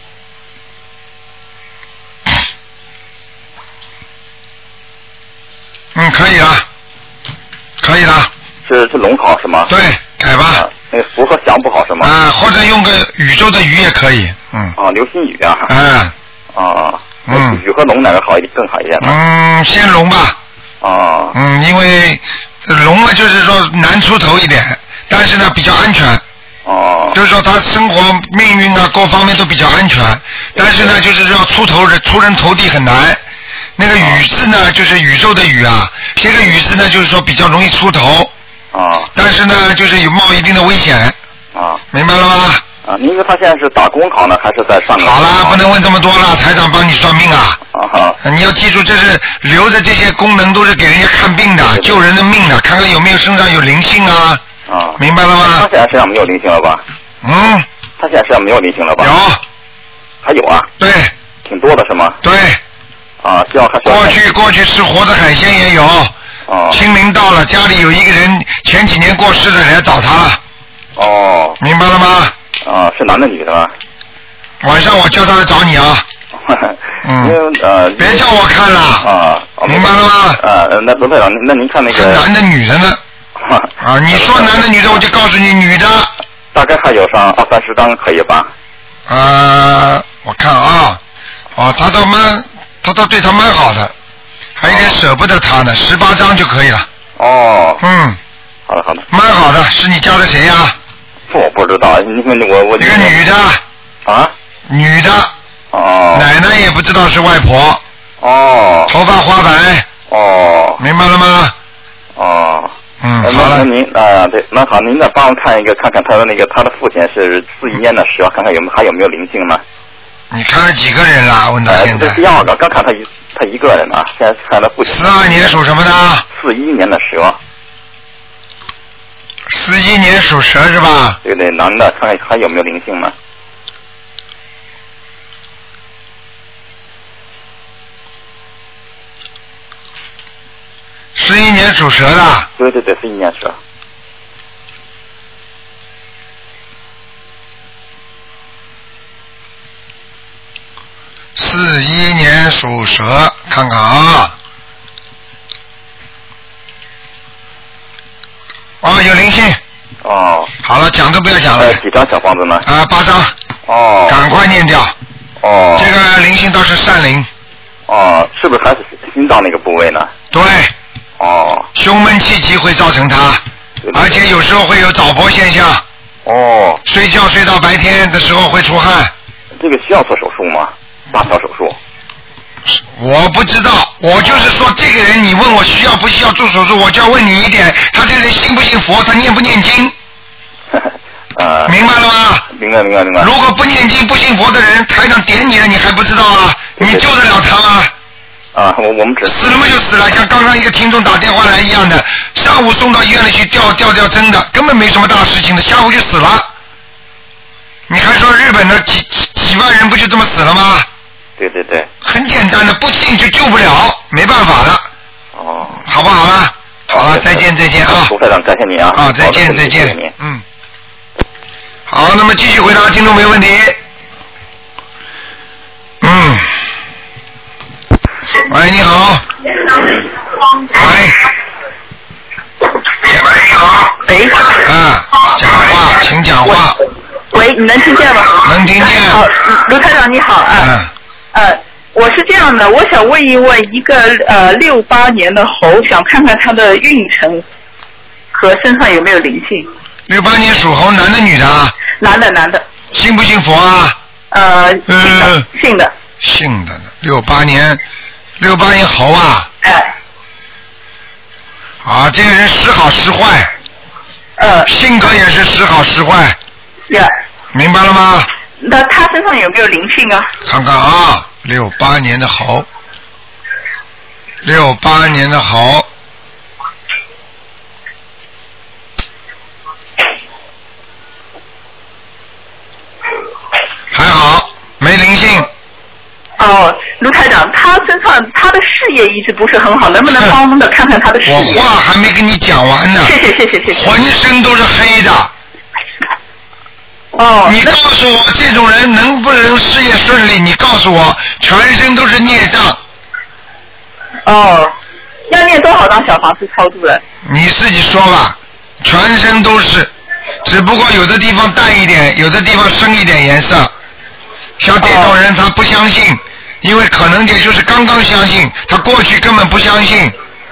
可以了。 是龙好是吗？ 对，改吧。 那个福和祥不好是吗？ 或者用个宇宙的宇也可以。 刘新宇啊。宇和龙哪个好一点？更好一点呢？先龙吧。因为龙嘛，就是说难出头一点，但是呢比较安全。就是说他生活命运啊各方面都比较安全，但是呢就是说出人头地很难。那个宇字呢，就是宇宙的宇啊。这个宇字呢，就是说比较容易出头。但是呢，就是有冒一定的危险。明白了吗？ 您说他现在是打工考呢，还是在上课？ 好了，不能问这么多了，台长帮你算命啊。你要记住，这是留着这些功能都是给人家看病的，救人的命的，看看有没有身上有灵性啊。明白了吗？ 他现在身上没有灵性了吧？他现在身上没有灵性了吧？ 有。 还有啊？ 对。 挺多的是吗？ 对。过去吃活的海鲜也有。清明到了，家里有一个人前几年过世的，来找他了。明白了吗？ 是男的女的吗？ 晚上我叫他来找你啊。别叫我看了。明白了吗？ 那罗队长，那您看那个。 是男的女的呢？你说男的女的，我就告诉你女的。 大概还有上20-30张可以吧？ 我看啊，他倒对他蛮好的，还有点舍不得他呢，18张就可以了。 哦。 好的。蛮好的，是你家的谁呀？ 我不知道，你看我一个女的。 啊？ 女的。 哦。 奶奶也不知道是外婆。 哦。 头发花白。哦。明白了吗？ 哦。 好了。 那您对，那好，您再帮我看看他的父亲是41年的蛇，看看还有没有灵性呢？ 你看了几个人了？问到现在。 第二个，刚看他一个人啊，现在看他父亲。 42年属什么的 ？41年的蛇。 41年属蛇是吧？ 对，男的，看看还有没有灵性呢 ？11年属蛇的。 对，11年蛇。 41年属蛇，看看啊。有灵性。好了，讲都不要讲了。 几张小房子呢 ？8张。赶快念掉。这个灵性倒是善灵。 是不是还是心脏那个部位呢？ 对。胸闷气急会造成它，而且有时候会有早搏现象。睡觉睡到白天的时候会出汗。 这个需要做手术吗？大小手术？ 我不知道，我就是说这个人，你问我需要不需要做手术，我就要问你一点，他这个人信不信佛，他念不念经？明白了吗？ 明白。 如果不念经不信佛的人，台长点你了，你还不知道啊？你救得了他吗？ 我们死了嘛就死了，像刚刚一个听众打电话来一样的，上午送到医院里去吊针的，根本没什么大事情的，下午就死了。你还说日本的几万人不就这么死了吗？ 对。 很简单的，不信就救不了，没办法了。好不好了？好了，再见啊！ 卢台长，感谢你啊！ 再见。好，那么继续回答听众没问题。喂，你好。喂，讲话，请讲话。 喂，你能听见吗？ 能听见。 好，卢台长你好我是这样的，我想问一问一个68年的猴，想看看他的运程和身上有没有灵性。 68年属猴，男的女的啊？ 男的。 信不信佛啊？ 信的。 信的，68年猴啊？这个人时好时坏。性格也是时好时坏。明白了吗？ 那他身上有没有灵性啊？ 看看啊，68年的猴。还好，没灵性。 卢台长，他身上他的事业一直不是很好，能不能帮忙的看看他的事业？ 我话还没跟你讲完呢。 谢谢。 浑身都是黑的。你告诉我这种人能不能事业顺利？你告诉我，全身都是孽障。 要念多少张小房子超度了？ 你自己说吧，全身都是，只不过有的地方淡一点，有的地方深一点颜色。像这种人他不相信，因为可能也就是刚刚相信，他过去根本不相信。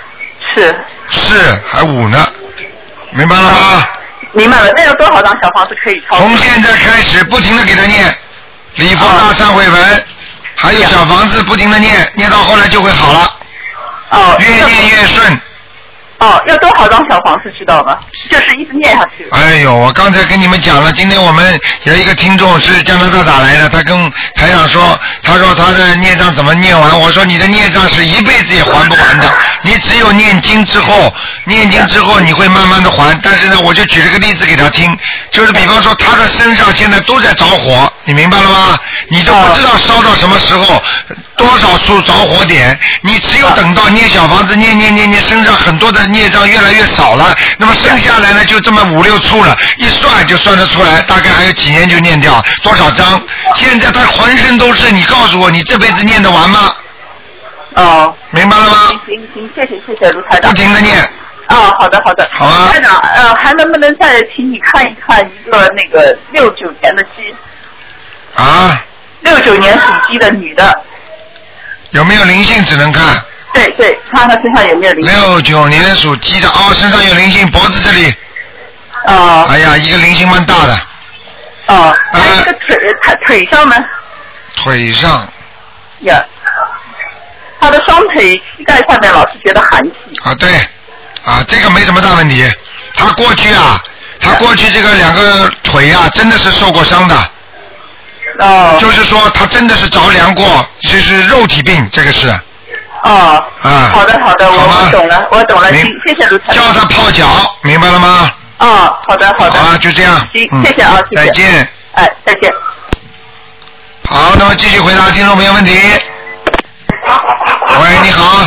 是还5呢，明白了吗？ 明白了，那有多少张小房子可以超度？ 从现在开始不停的给他念礼佛大忏悔文，还有小房子不停的念到后来就会好了。越念越顺。 要多少张小房子知道吗？就是一直念下去。 哎呦，我刚才跟你们讲了，今天我们有一个听众是加拿大打来的，他跟台长说，他说他的孽障怎么念完？我说你的孽障是一辈子也还不完的，你只有念经之后你会慢慢的还。但是呢，我就举了个例子给他听，就是比方说他的身上现在都在着火，你明白了吗？你就不知道烧到什么时候，多少处着火点，你只有等到念小房子念，身上很多的孽障越来越少了，那么剩下来呢就这么5、6处了，一算就算得出来，大概还有几年就念掉多少章。现在他浑身都是，你告诉我，你这辈子念得完吗？明白了吗？ 行，谢谢卢台长。 不停的念。 好的。 好啊。 台长，还能不能再请你看一看一个那个69年的鸡？ 69年属鸡的女的。 有没有灵性只能看？ 对，看她身上有没有灵性。 69年属鸡的，身上有灵性，脖子这里。哎呀，一个灵性蛮大的。 还有一个腿上呢？ 腿上。 呀。他的双腿膝盖下面老是觉得寒气。 对，这个没什么大问题。他过去这个2个腿真的是受过伤的。就是说他真的是着凉过，就是肉体病，这个是。 好的，我懂了，谢谢卢台长。 叫他泡脚，明白了吗？ 好的。好了，就这样。 行，谢谢啊，谢谢。 再见。 再见。 好，那么继续回答听众朋友问题。喂，你好。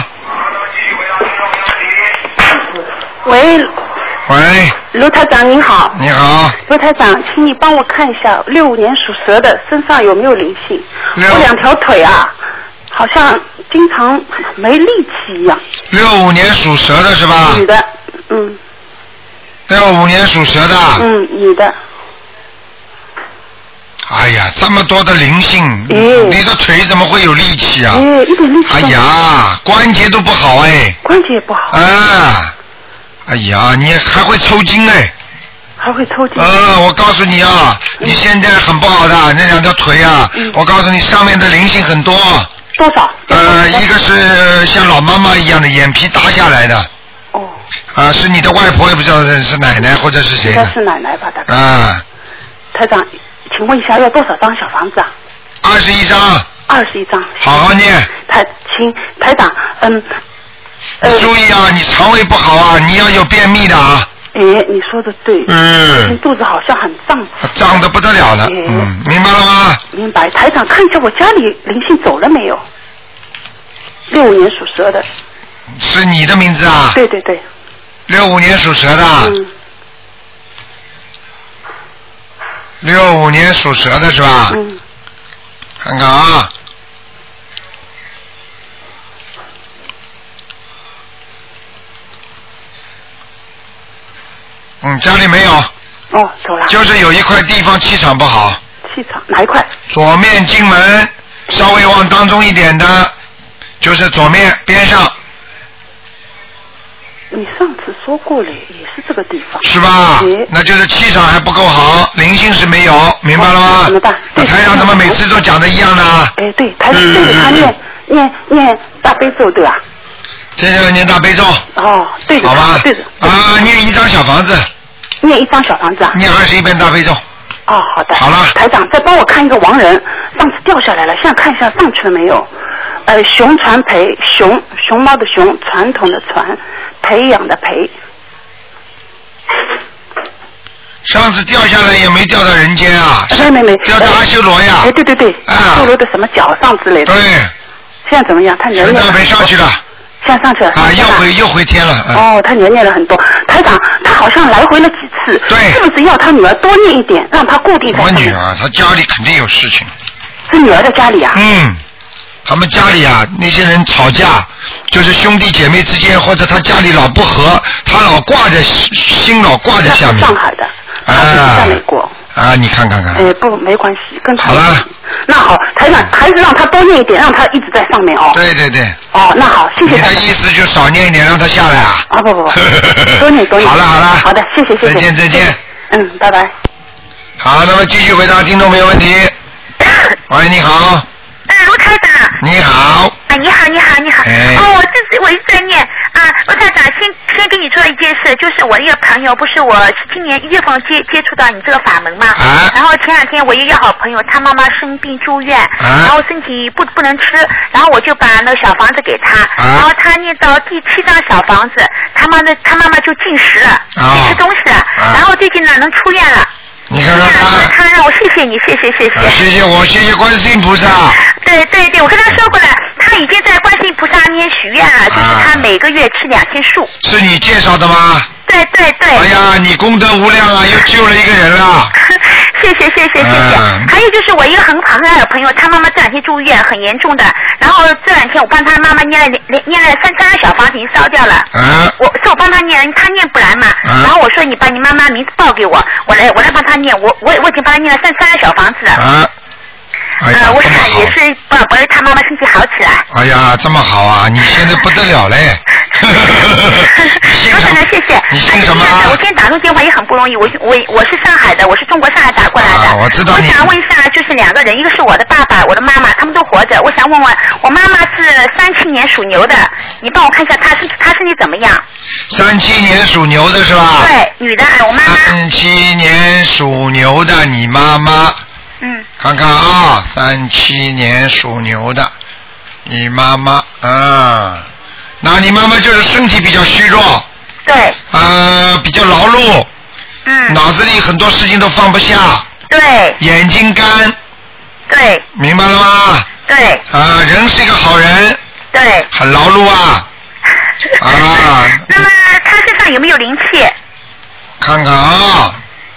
喂，卢台长您好。 你好。 卢台长，请你帮我看一下65年属蛇的身上有没有灵性？我2条腿好像经常没力气一样。 65年属蛇的是吧？ 女的 ，65年属蛇的。 女的。 哎呀，这么多的灵性，你的腿怎么会有力气啊？ 一点力气。 哎呀，关节都不好关节也不好。 哎呀，你还会抽筋还会抽筋。 我告诉你你现在很不好的那2条腿我告诉你上面的灵性很多。 多少？ 一个是像老妈妈一样的眼皮耷下来的。是你的外婆，也不知道是奶奶或者是谁。 应该是奶奶吧，大概。台长，请问一下要多少张小房子 ？21张。 21张。 好好念。 台长， 你注意你肠胃不好你要有便秘的你说的对。肚子好像很胀。 胀得不得了了。明白了吗？ 明白。台长，看一下我家里灵性走了没有？65年属蛇的。 是你的名字对。 65年属蛇的。65年属蛇的是吧？看看家里没有。 走了。 就是有一块地方气场不好。 气场哪一块？ 左面进门稍微往当中一点的，就是左面边上。 你上次说过了，也是这个地方。 是吧？那就是气场还不够好，灵性是没有，明白了吗？ 怎么办？ 台长怎么每次都讲的一样呢？ 对，台长对着他念大悲咒对吧？ 这要念大悲咒。 对着。 好吧。 对着。 念1张小房子。 念1张小房子念21遍大悲咒。 好的。 好了。 台长，再帮我看一个亡人，上次掉下来了，现在看一下上去了没有？熊传培，熊猫的熊，传统的传，培养的培。 上次掉下来也没掉到人间没掉到阿修罗呀。 对，阿修罗的什么脚上之类的。 对。 现在怎么样？他年龄没上去了。 现在上去了。 又回天了。 他年了很多。台长，他好像来回了几次。 对。 是不是要他女儿多念一点，让他固定在上面？ 我女儿，她家里肯定有事情。 是女儿的家里他们家里那些人吵架，就是兄弟姐妹之间，或者他家里老不和，他老挂着心老挂在下面。 上海的。在美国。 你看看。 不，没关系，跟他。 好了。 那好，台长还是让他多念一点，让他一直在上面对。 那好，谢谢。 你的意思就少念一点，让他下来不，多念。 好了。 好的，谢谢。 再见。 拜拜。 好，那么继续回答听众没有问题。喂，你好。 卢台长。 你好。 你好。我一直在念卢台长，先跟你说一件事，就是我一个朋友，不是我今年1月份接触到你这个法门嘛，然后前2天我一个好朋友，他妈妈生病住院，然后身体不能吃，然后我就把那个小房子给他，然后他念到第7张小房子，他妈妈就进食了，进吃东西了，然后最近呢能出院了。 你看看他让我谢谢你，谢谢我，谢谢观世音菩萨。 对，我跟他说过了，他已经在观世音菩萨面许愿了，就是他每个月吃2天素。 是你介绍的吗？ 对。 哎呀，你功德无量又救了一个人了。 谢谢。还有就是我一个很爱的朋友，他妈妈这2天住院很严重的，然后这2天我帮他妈妈念了3张小房子，已经烧掉了。我帮他念，他念不来嘛。然后我说你把你妈妈名字报给我，我来帮他念。我已经帮他念了3张小房子了。 我想也是不是他妈妈身体好起来。 哎呀，这么好啊！你现在不得了嘞！ 罗台长，谢谢。 你姓什么？ 我今天打通电话也很不容易，我是上海的，我是中国上海打过来的。 我知道你。 我想问一下，就是2个人，一个是我的爸爸，我的妈妈，他们都活着。我想问问，我妈妈是37年属牛的，你帮我看一下她身体怎么样 ？37年属牛的是吧？ 对，女的，我妈妈。 37年属牛的，你妈妈。看看啊，37年属牛的，你妈妈那你妈妈就是身体比较虚弱， 对， 比较劳碌，脑子里很多事情都放不下， 对， 眼睛干， 对， 明白了吗？ 对， 人是一个好人， 对， 很劳碌啊， 那么他身上有没有灵气？ 看看啊，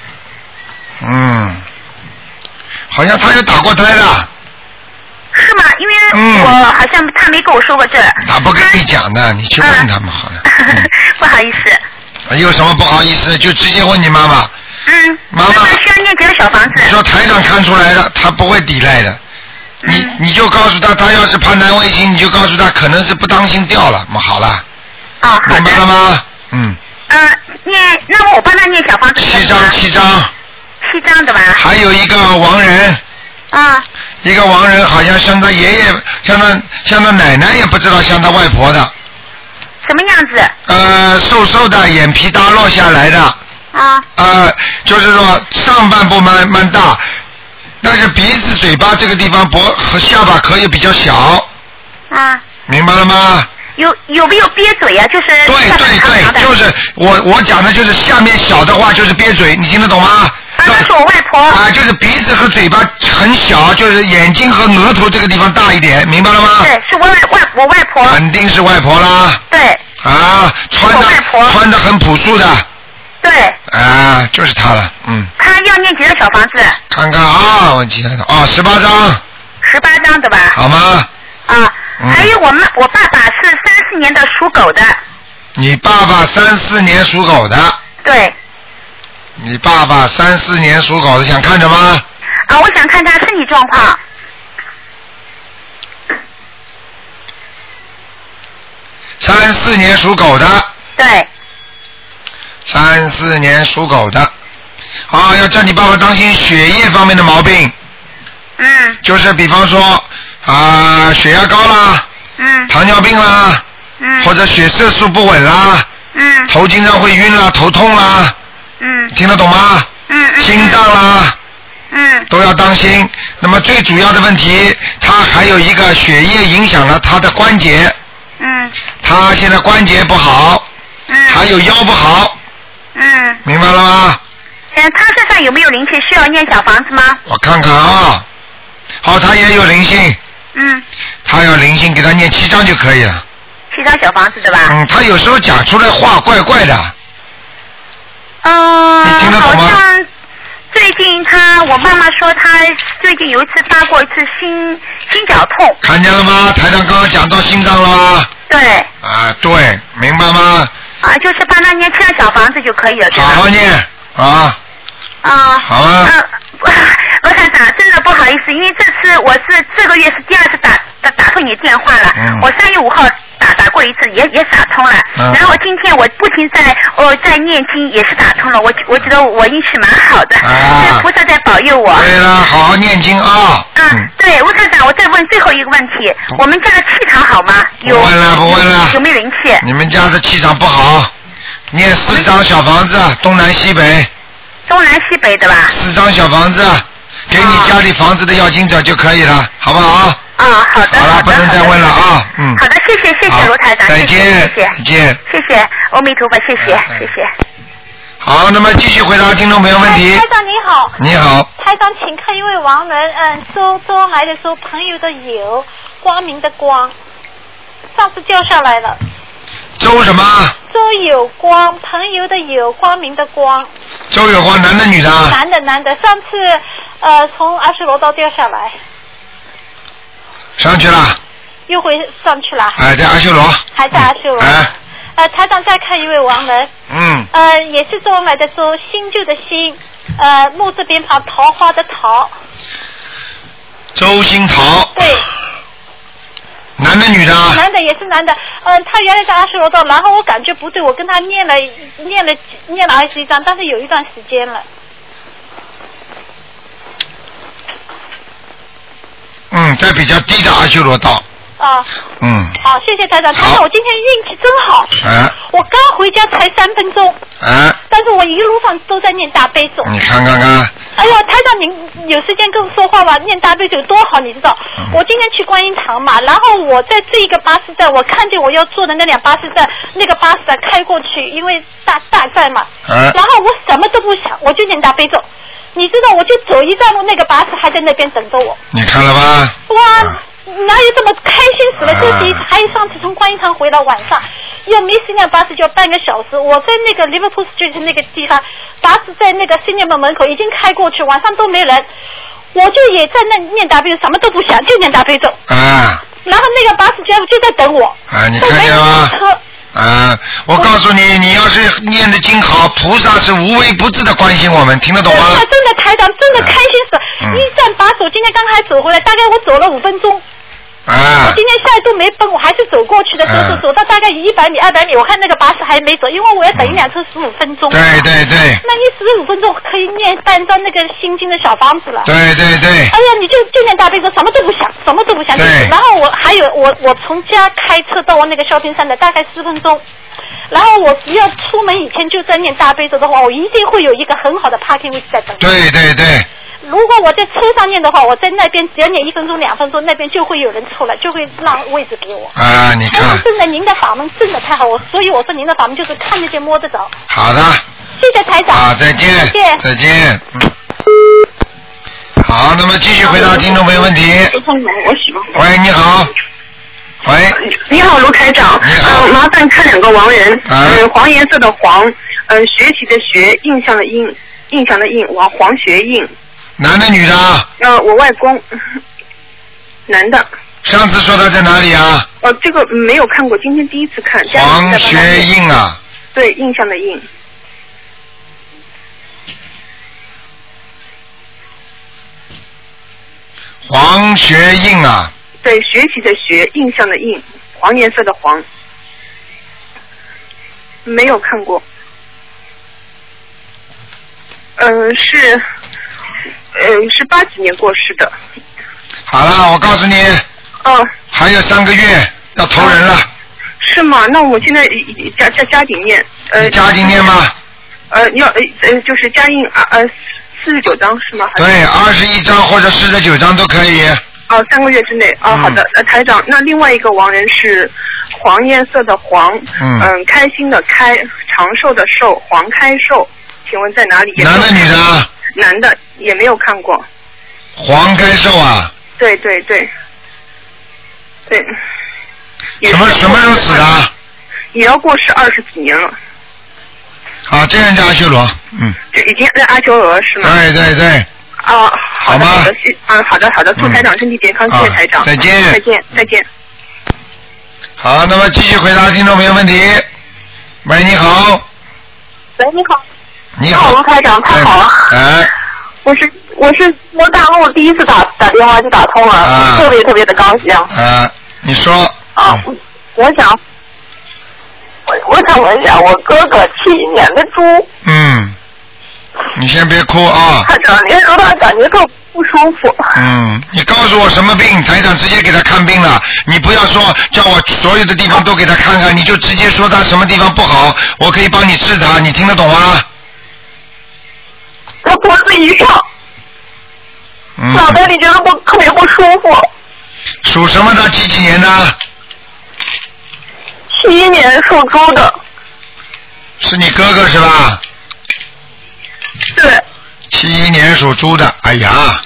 好像他有打过胎的。 是吗？因为我好像他没跟我说过这。 他不跟你讲的，你去问他们好了。 不好意思。 有什么不好意思？就直接问你妈妈。妈妈需要念几个小房子？ 你说台长看出来的，他不会抵赖的。你就告诉他，他要是攀难为情，你就告诉他可能是不当心掉了。好了。 好的。 明白了吗？ 那我帮他念小房子。 7张。7 张的吧。 还有一个亡人。一个亡人好像像他爷爷，像他奶奶，也不知道像他外婆的。 什么样子？ 瘦瘦的，眼皮耷落下来的。就是说上半部蛮大，但是鼻子、嘴巴这个地方和下巴可以比较小。明白了吗？ 有没有憋嘴啊？就是对，就是我讲的就是下面小的话就是憋嘴，你听得懂吗？ 那是我外婆。 就是鼻子和嘴巴很小，就是眼睛和额头这个地方大一点，明白了吗？ 对，是我外婆。 肯定是外婆啦。 对。 穿的很朴素的。 对。 就是她了， 她要念几个小房子？ 看看啊，我记得18张。 18张对吧？ 好吗？ 还有我爸爸是34年的属狗的。 你爸爸34年属狗的。 对。 你爸爸34年属狗的，想看什么？ 我想看他身体状况。 34年属狗的。 对。 34年属狗的。要叫你爸爸当心血液方面的毛病。就是比方说血压高啦。糖尿病啦。或者血色素不稳啦。头经常会晕啦，头痛啦。听得懂吗？心脏啦。都要当心。那么最主要的问题，他还有一个血液影响了他的关节。他现在关节不好。还有腰不好。明白了吗？ 他身上有没有灵性？需要念小房子吗？ 我看看啊。他也有灵性。他有灵性，给他念7张就可以了。 7张小房子对吧？ 他有时候讲出来话怪怪的。你听得懂吗？ 好像最近我妈妈说她最近有一次发过一次心绞痛。 看见了吗？台长刚刚讲到心脏了吗？ 对。 对，明白吗？ 就是帮她念7张小房子就可以了，对吧？ 好好念好啊。 罗台长，真的不好意思，因为我是这个月是第2次打通你电话了。我3月5号打过一次，也打通了。然后今天我不停在念经，也是打通了。我觉得我运气蛮好的，是菩萨在保佑我。 对了，好好念经啊。 对，罗台长，我再问最后一个问题，我们家的气场好吗？ 不问了。 有没有灵气？ 你们家的气场不好，念4张小房子，东南西北。 东南西北的吧 ？4张小房子，给你家里房子的要经者就可以了，好不好？ 好的。 好了，不能再问了啊。 好的，谢谢罗台长， 再见， 再见，谢谢，阿弥陀佛，谢谢。 好，那么继续回答听众朋友问题。 台长你好。 你好。 台长，请看一位亡人，周来的周，朋友的友，光明的光，上次掉下来了。 周什么？ 周有光，朋友的友，光明的光。 周有光，男的女的？ 男的，上次从20楼道掉下来。 上去了。 又回上去了。 在阿修罗。 还在阿修罗。台长再看一位亡人。也是周来的周，新旧的新，木字边旁，桃花的桃。 周星陶。 对。 男的女的？ 男的，也是男的。他原来在阿修罗道，然后我感觉不对，我跟他念了21章，但是有一段时间了。 在比较低的阿修罗道。好， 谢谢台长。台长，我今天运气真好。我刚回家才3分钟。但是我一路上都在念大悲咒。 你看看看。 哎呦，台长，您有时间跟我说话吧？念大悲咒多好，你知道？我今天去观音堂嘛，然后我在这一个巴士站，我看见我要坐的那辆巴士站，那个巴士站开过去，因为大站嘛。然后我什么都不想，我就念大悲咒。你知道，我就走一站路，那个巴士还在那边等着我。 你看了吧？ 哇！哪有这么开心死了？这是还有上次从观音堂回来晚上，又没时间巴士就要半个小时。我在那个 Liverpool Street 那个地方，巴士在那个 Cinema 门口已经开过去，晚上都没人，我就也在那念大悲咒，什么都不想，就念大悲咒。然后那个巴士就在等我。 你看见吗？我告诉你，你要是念的经好，菩萨是无微不至的关心我们，听得懂吗？ 真的台长，真的开心死了。一站巴士，我今天刚才走回来，大概我走了5分钟。我今天下一度没奔，我还是走过去的，走到大概100米、200米，我看那个巴士还没走，因为我要等一辆车15分钟。 对。 那你15分钟可以念半张那个心经的小房子了。 对。 哎呀，你就念大悲咒，什么都不想。 对。 然后我从家开车到我那个shopping center大概10分钟，然后我只要出门以前就在念大悲咒的话，我一定会有一个很好的 parking 位置在等。 对。 如果我在车上念的话，我在那边只要念1分钟、2分钟，那边就会有人出来，就会让位置给我。 你看。 真的，您的法门真的太好，所以我说您的法门就是看得见摸得着。 好的。 谢谢台长。 再见。再见。好，那么继续回答听众朋友问题。喂，你好。喂。 你好，卢台长。 你好。 麻烦看2个亡人。黄颜色的黄，学习的学，印象的印。印象的印，黄学印。 男的女的？ 我外公，男的。 上次说他在哪里啊？ 这个没有看过，今天第一次看。 黄学印啊。 对，印象的印。 黄学印啊。 对，学习的学，印象的印，黄颜色的黄。没有看过。是80几年过世的。 好了，我告诉你。还有3个月要投人了。 是吗？那我现在加紧念。 加紧念吗？ 就是加印49张是吗？ 对，21张或者49张都可以。 3个月之内。好的。台长，那另外一个亡人是黄颜色的黄，开心的开，长寿的寿，黄开寿。请问在哪里？ 男的女的？ 男的，也没有看过。 黄开寿啊？ 对。 什么时候死的？ 也要过世20几年了。 好，这样叫阿修罗。 就已经在阿修罗是吗？ 对。 好吗？好的。祝台长身体健康，谢谢台长。 再见。好，那么继续回答听众朋友问题。喂，你好。 喂，你好。 你好， 卢台长，太好了。我大陆第一次打电话就打通了，特别的高兴。 你说。 我想问一下，我哥哥71年的猪。 你先别哭啊。 他整天说他感觉特不舒服。 你告诉我什么病，台长直接给他看病了。你不要说叫我所有的地方都给他看看，你就直接说他什么地方不好，我可以帮你治他，你听得懂吗？ 他脖子以上，脑袋里觉得特别不舒服。 属什么的？几年的 ？71年属猪的。 是你哥哥是吧？ 对。 71年属猪的，哎呀，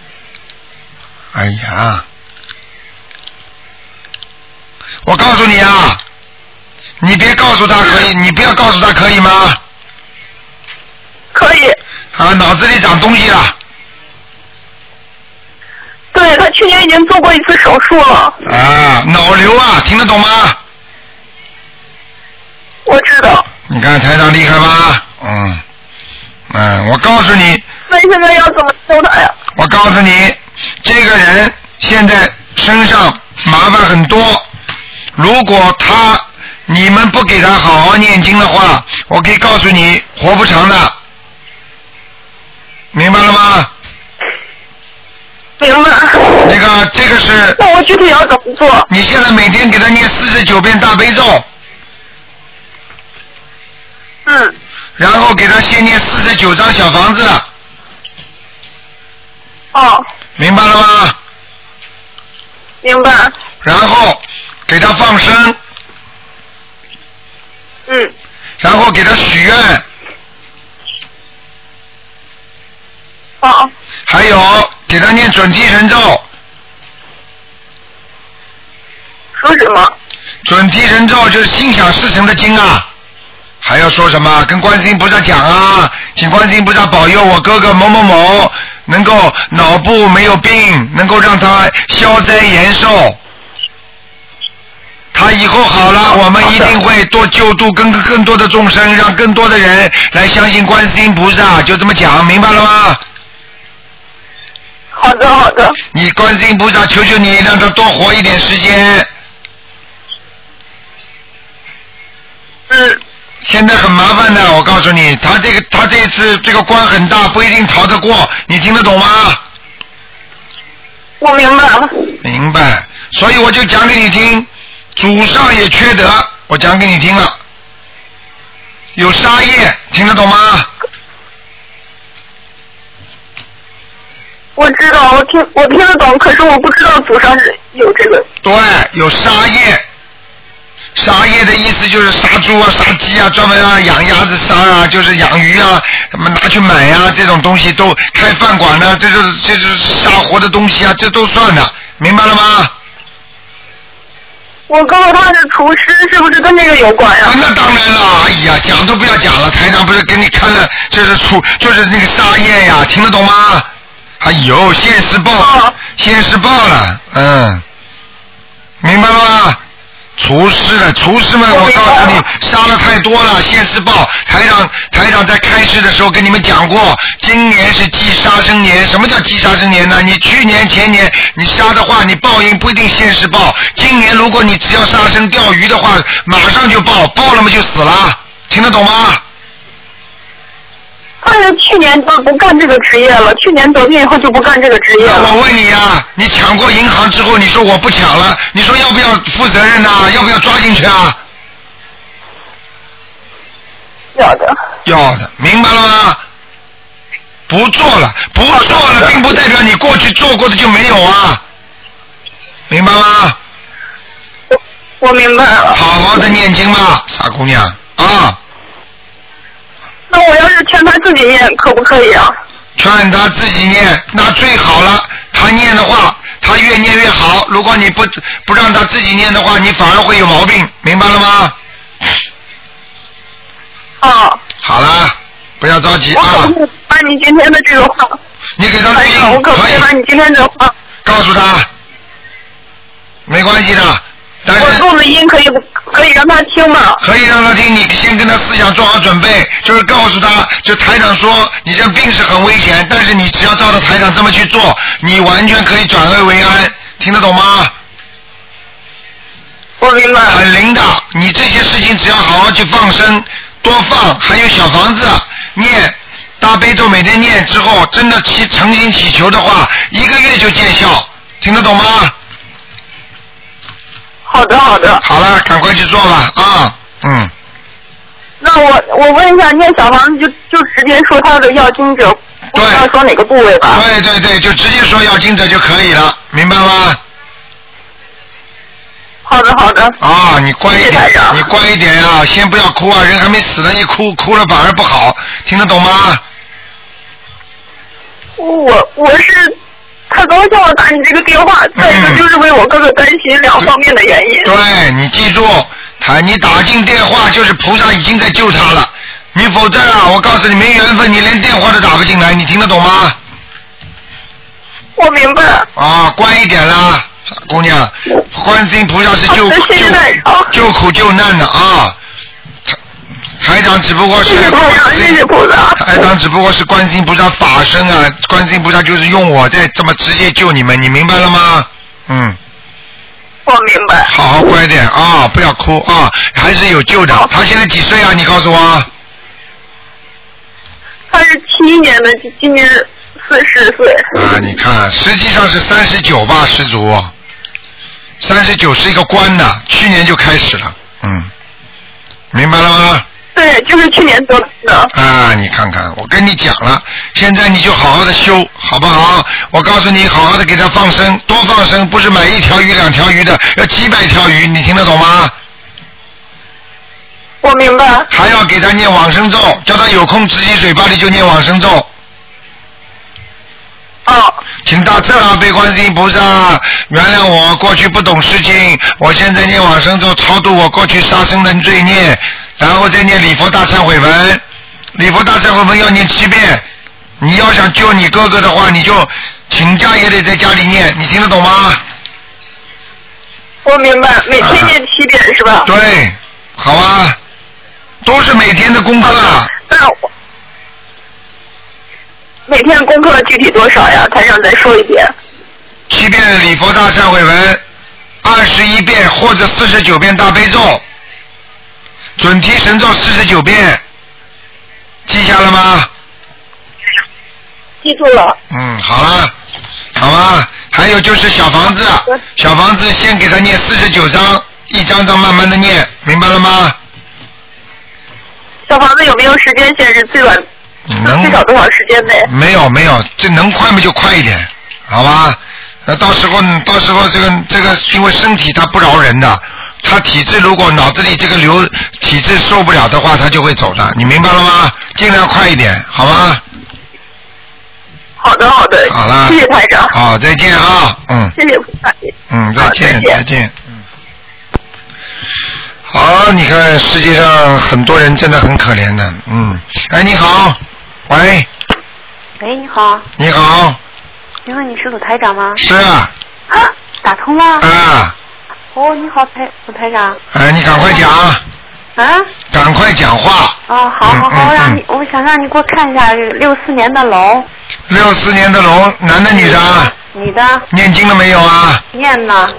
我告诉你啊，你别告诉他可以，你不要告诉他可以吗？ 可以。 脑子里长东西了。 对，他去年已经做过1次手术了。 脑瘤啊，听得懂吗？ 我知道。 你看台长厉害吧？我告诉你。 那现在要怎么救他呀？ 我告诉你， 这个人现在身上麻烦很多，如果你们不给他好好念经的话，我可以告诉你活不长的，明白了吗？ 明白。 这个是。 那我具体要怎么做？ 你现在每天给他念49遍大悲咒。然后给他先念49张小房子。 哦。 明白了吗？ 明白。 然后给他放生。然后给他许愿。 哦。 还有给他念准提神咒。 说什么？ 准提神咒就是心想事成的经啊。还要说什么？跟观世音菩萨讲啊，请观世音菩萨保佑我哥哥某某某能够脑部没有病，能够让他消灾延寿。他以后好了，我们一定会多救度更多的众生，让更多的人来相信观世音菩萨。就这么讲，明白了吗？ 好的，好的。 你观世音菩萨，求求你让他多活一点时间。现在很麻烦的，我告诉你，他这次这个官很大，不一定逃得过，你听得懂吗？ 我明白了。 明白，所以我就讲给你听，祖上也缺德，我讲给你听了，有杀业，听得懂吗？ 我知道，我听得懂，可是我不知道祖上是有这个。 对，有杀业。杀业的意思就是杀猪啊、杀鸡啊，专门养鸭子杀啊，就是养鱼啊，他们拿去买啊，这种东西都开饭馆呢，这就是杀活的东西啊，这都算的，明白了吗？ 我哥哥他是厨师，是不是跟这个有关呀？ 那当然了，哎呀，讲都不要讲了，台长不是给你看了，就是那个杀业呀，听得懂吗？哎呦，现世报了，明白了吗？厨师们，我告诉你，杀了太多了，现世报。台长在开示的时候跟你们讲过，今年是忌杀生年。什么叫忌杀生年呢？你去年前年你杀的话，你报应不一定现世报。今年如果你只要杀生钓鱼的话，马上就报了嘛就死了，听得懂吗？ 他是去年就不干这个职业了，去年得病以后就不干这个职业了。 我问你啊，你抢过银行之后，你说我不抢了，你说要不要负责任啊？要不要抓进去啊？ 要的。 要的，明白了吗？不做了，并不代表你过去做过的就没有啊，明白吗？ 我明白了。 好好的念经吧，傻姑娘啊。 那我要是劝他自己念，可不可以啊？ 劝他自己念，那最好了。他念的话，他越念越好。如果你不让他自己念的话，你反而会有毛病，明白了吗？好了，不要着急啊。 我把你今天的这个话， 你给他录音， 我可不可以把你今天的话告诉他，没关系的。 我录的音可以让他听吗？ 可以让他听，你先跟他思想做好准备，就是告诉他，就台长说你这病是很危险，但是你只要照着台长这么去做，你完全可以转危为安，听得懂吗？ 我明白。 很灵的，你这些事情只要好好去放生，多放，还有小房子念大悲咒，每天念之后，真的诚心祈求的话，1个月就见效，听得懂吗？ 好的。好了，赶快去做吧啊！ 那我问一下，念小房子就直接说他的要经者，不要说哪个部位吧？ 对，就直接说要经者就可以了，明白吗？ 好的。 啊，你乖一点啊，先不要哭啊，人还没死呢，一哭了反而不好，听得懂吗？ 我是。他刚叫我打你这个电话，再一个就是为我哥哥担心2方面的原因。 对，你记住，你打进电话就是菩萨已经在救他了，你否则啊，我告诉你没缘分，你连电话都打不进来，你听得懂吗？ 我明白。 啊，乖一点啦，傻姑娘，观世音菩萨是救苦救难的啊。 台长只不过是台长只不过是观世音菩萨法身啊，观世音菩萨就是用我在这么直接救你们，你明白了吗？ 我明白。 好好乖点啊，不要哭啊，还是有救的。他现在几岁啊？你告诉我。 他是71年的，今年40岁。 啊，你看，实际上是39吧，师祖。39是一个关的，去年就开始了，明白了吗？ 对，就是去年得的。 啊，你看看，我跟你讲了，现在你就好好的修，好不好？我告诉你，好好的给他放生，多放生，不是买1条鱼2条鱼的，要几百条鱼，你听得懂吗？ 我明白。 还要给他念往生咒，叫他有空自己嘴巴里就念往生咒。请大慈大悲观世音菩萨原谅我过去不懂事情，我现在念往生咒超度我过去杀生的罪孽，然后再念礼佛大忏悔文，礼佛大忏悔文要念7遍。你要想救你哥哥的话，你就请假也得在家里念，你听得懂吗？ 我明白，每天念7遍是吧？ 对，好啊，都是每天的功课。 每天功课具体多少呀？台长再说一遍。 7遍礼佛大忏悔文，21遍或者49遍大悲咒，准提神咒49遍，记下了吗？ 记住了。 好了，好吧。还有就是小房子，小房子先给他念49章，一张张慢慢的念，明白了吗？ 小房子有没有时间限制？最短最少多少时间内？ 没有，这能快嘛就快一点，好吧？到时候这个，因为身体它不饶人的，他体质如果脑子里这个体质受不了的话，他就会走的，你明白了吗？尽量快一点，好吗？ 好的。 好了， 谢谢台长。 好，再见啊， 谢谢菩萨。 再见。好，你看世界上很多人真的很可怜的，哎，你好，喂， 你好。 你好。 请问你是鲁台长吗？ 是啊。 打通了。你好，鲁台长。 你赶快讲。赶快讲话。 好，我想让你给我看一下64年的龙。 64年的龙，男的女的？ 女的。 念经了没有啊？ 念了。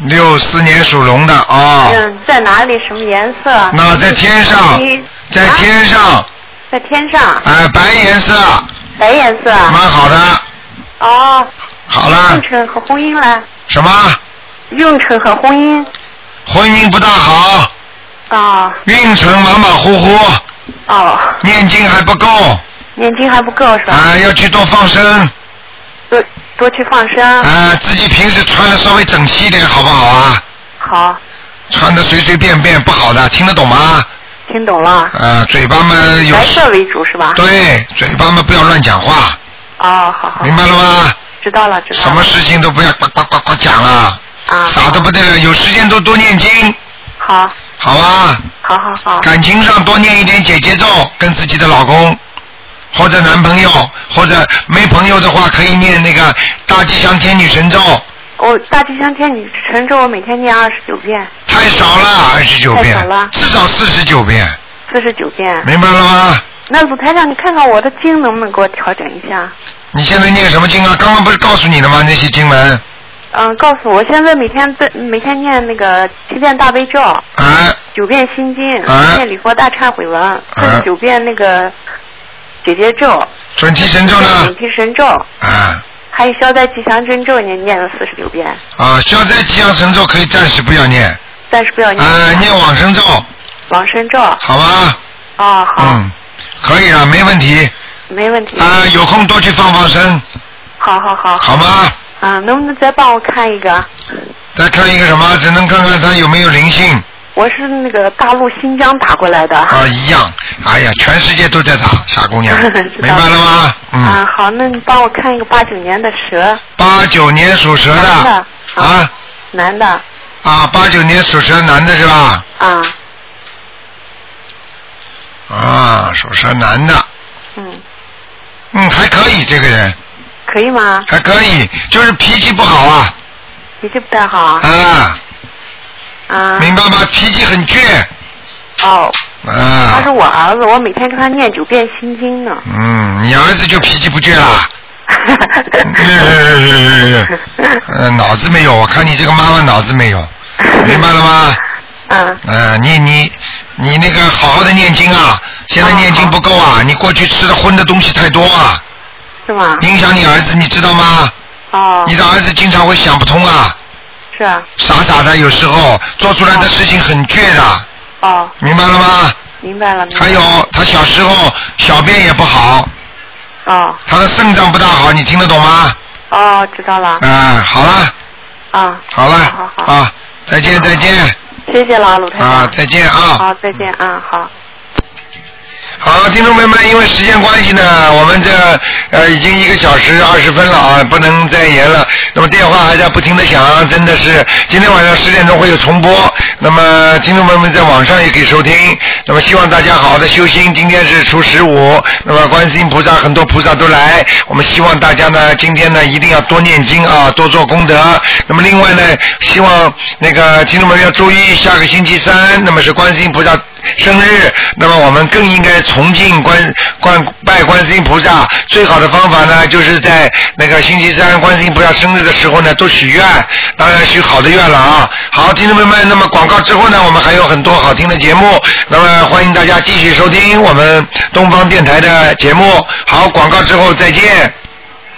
64年属龙的在哪里？什么颜色？ 那在天上。在天上。 在天上。 白颜色。 白颜色。 蛮好的。好了。 运程和婚姻呢？ 什么？ 运程和婚姻。 婚姻不大好。运程马马虎虎。念经还不够。 念经还不够是吧？ 要去多放生。 多去放生。 自己平时穿的稍微整齐一点，好不好啊？ 好。 穿的随随便便不好的，听得懂吗？ 听懂了。 嘴巴们有。 白色为主是吧？ 对，嘴巴们不要乱讲话。 好。 明白了吗？ 知道了。 什么事情都不要呱讲了。傻得不得了，有时间都多念经。 好。 好吧。 好。 感情上多念一点姐姐咒，跟自己的老公。或者男朋友，或者没朋友的话，可以念那个大吉祥天女神咒。 大吉祥天女神咒我每天念29遍。 太少了，29遍。 太少了。 至少49遍。 49遍。 明白了吗？ 那鲁台长，你看看我的经能不能给我调整一下？ 你现在念什么经啊？刚刚不是告诉你了吗？那些经文。 告诉我，现在每天念那个7遍大悲咒。9遍心经。念礼佛大忏悔文。49遍那个。姐姐咒， 准提神咒呢？ 准提神咒，还有消灾吉祥真咒，念了49遍。 消灾吉祥神咒可以暂时不要念。 暂时不要念。 念往生咒。 往生咒。 好吧。 好。 可以了，没问题。 没问题。 有空多去放生。 好。 好吗？ 能不能再帮我看一个？ 再看一个什么？只能看看他有没有灵性。 我是那个大陆新疆打过来的。 一样。哎呀，全世界都在打，傻姑娘，明白了吗？ 好，那你帮我看一个89年的蛇。 89年属蛇的。 男的。 89年属蛇男的是吧？属蛇男的。还可以，这个人。 可以吗？ 还可以，就是脾气不好啊。 脾气不太好。 明白吗？脾气很倔。 他是我儿子，我每天跟他念9遍心经呢。 你儿子就脾气不倔啦。脑子没有，我看你这个妈妈脑子没有，明白了吗？你那个好好的念经啊，现在念经不够啊，你过去吃的荤的东西太多啊。 是吗？ 影响你儿子，你知道吗？你的儿子经常会想不通啊。 是啊。 傻傻的，有时候做出来的事情很倔的。明白了吗？ 明白了。 还有他小时候小便也不好。他的肾脏不大好，你听得懂吗？ 知道了。 好了。好了。好。再见。 谢谢了，鲁台长。 再见啊。 好，再见啊，好。 好，听众朋友们，因为时间关系呢，我们这已经1个小时20分了啊，不能再延了。那么电话还在不停的响，真的是今天晚上10点钟会有重播。那么听众朋友们在网上也可以收听。那么希望大家好好的修心，今天是初15，那么观世音菩萨很多菩萨都来，我们希望大家呢今天呢一定要多念经啊，多做功德。那么另外呢，希望那个听众朋友要注意，下个星期3，那么是观世音菩萨生日，那么我们更应该崇敬拜观世音菩萨。最好的方法呢，就是在那个星期3观世音菩萨生日的时候呢，都许愿，当然许好的愿了啊。好，听众朋友们，那么广告之后呢，我们还有很多好听的节目，那么欢迎大家继续收听我们东方电台的节目。好，广告之后再见。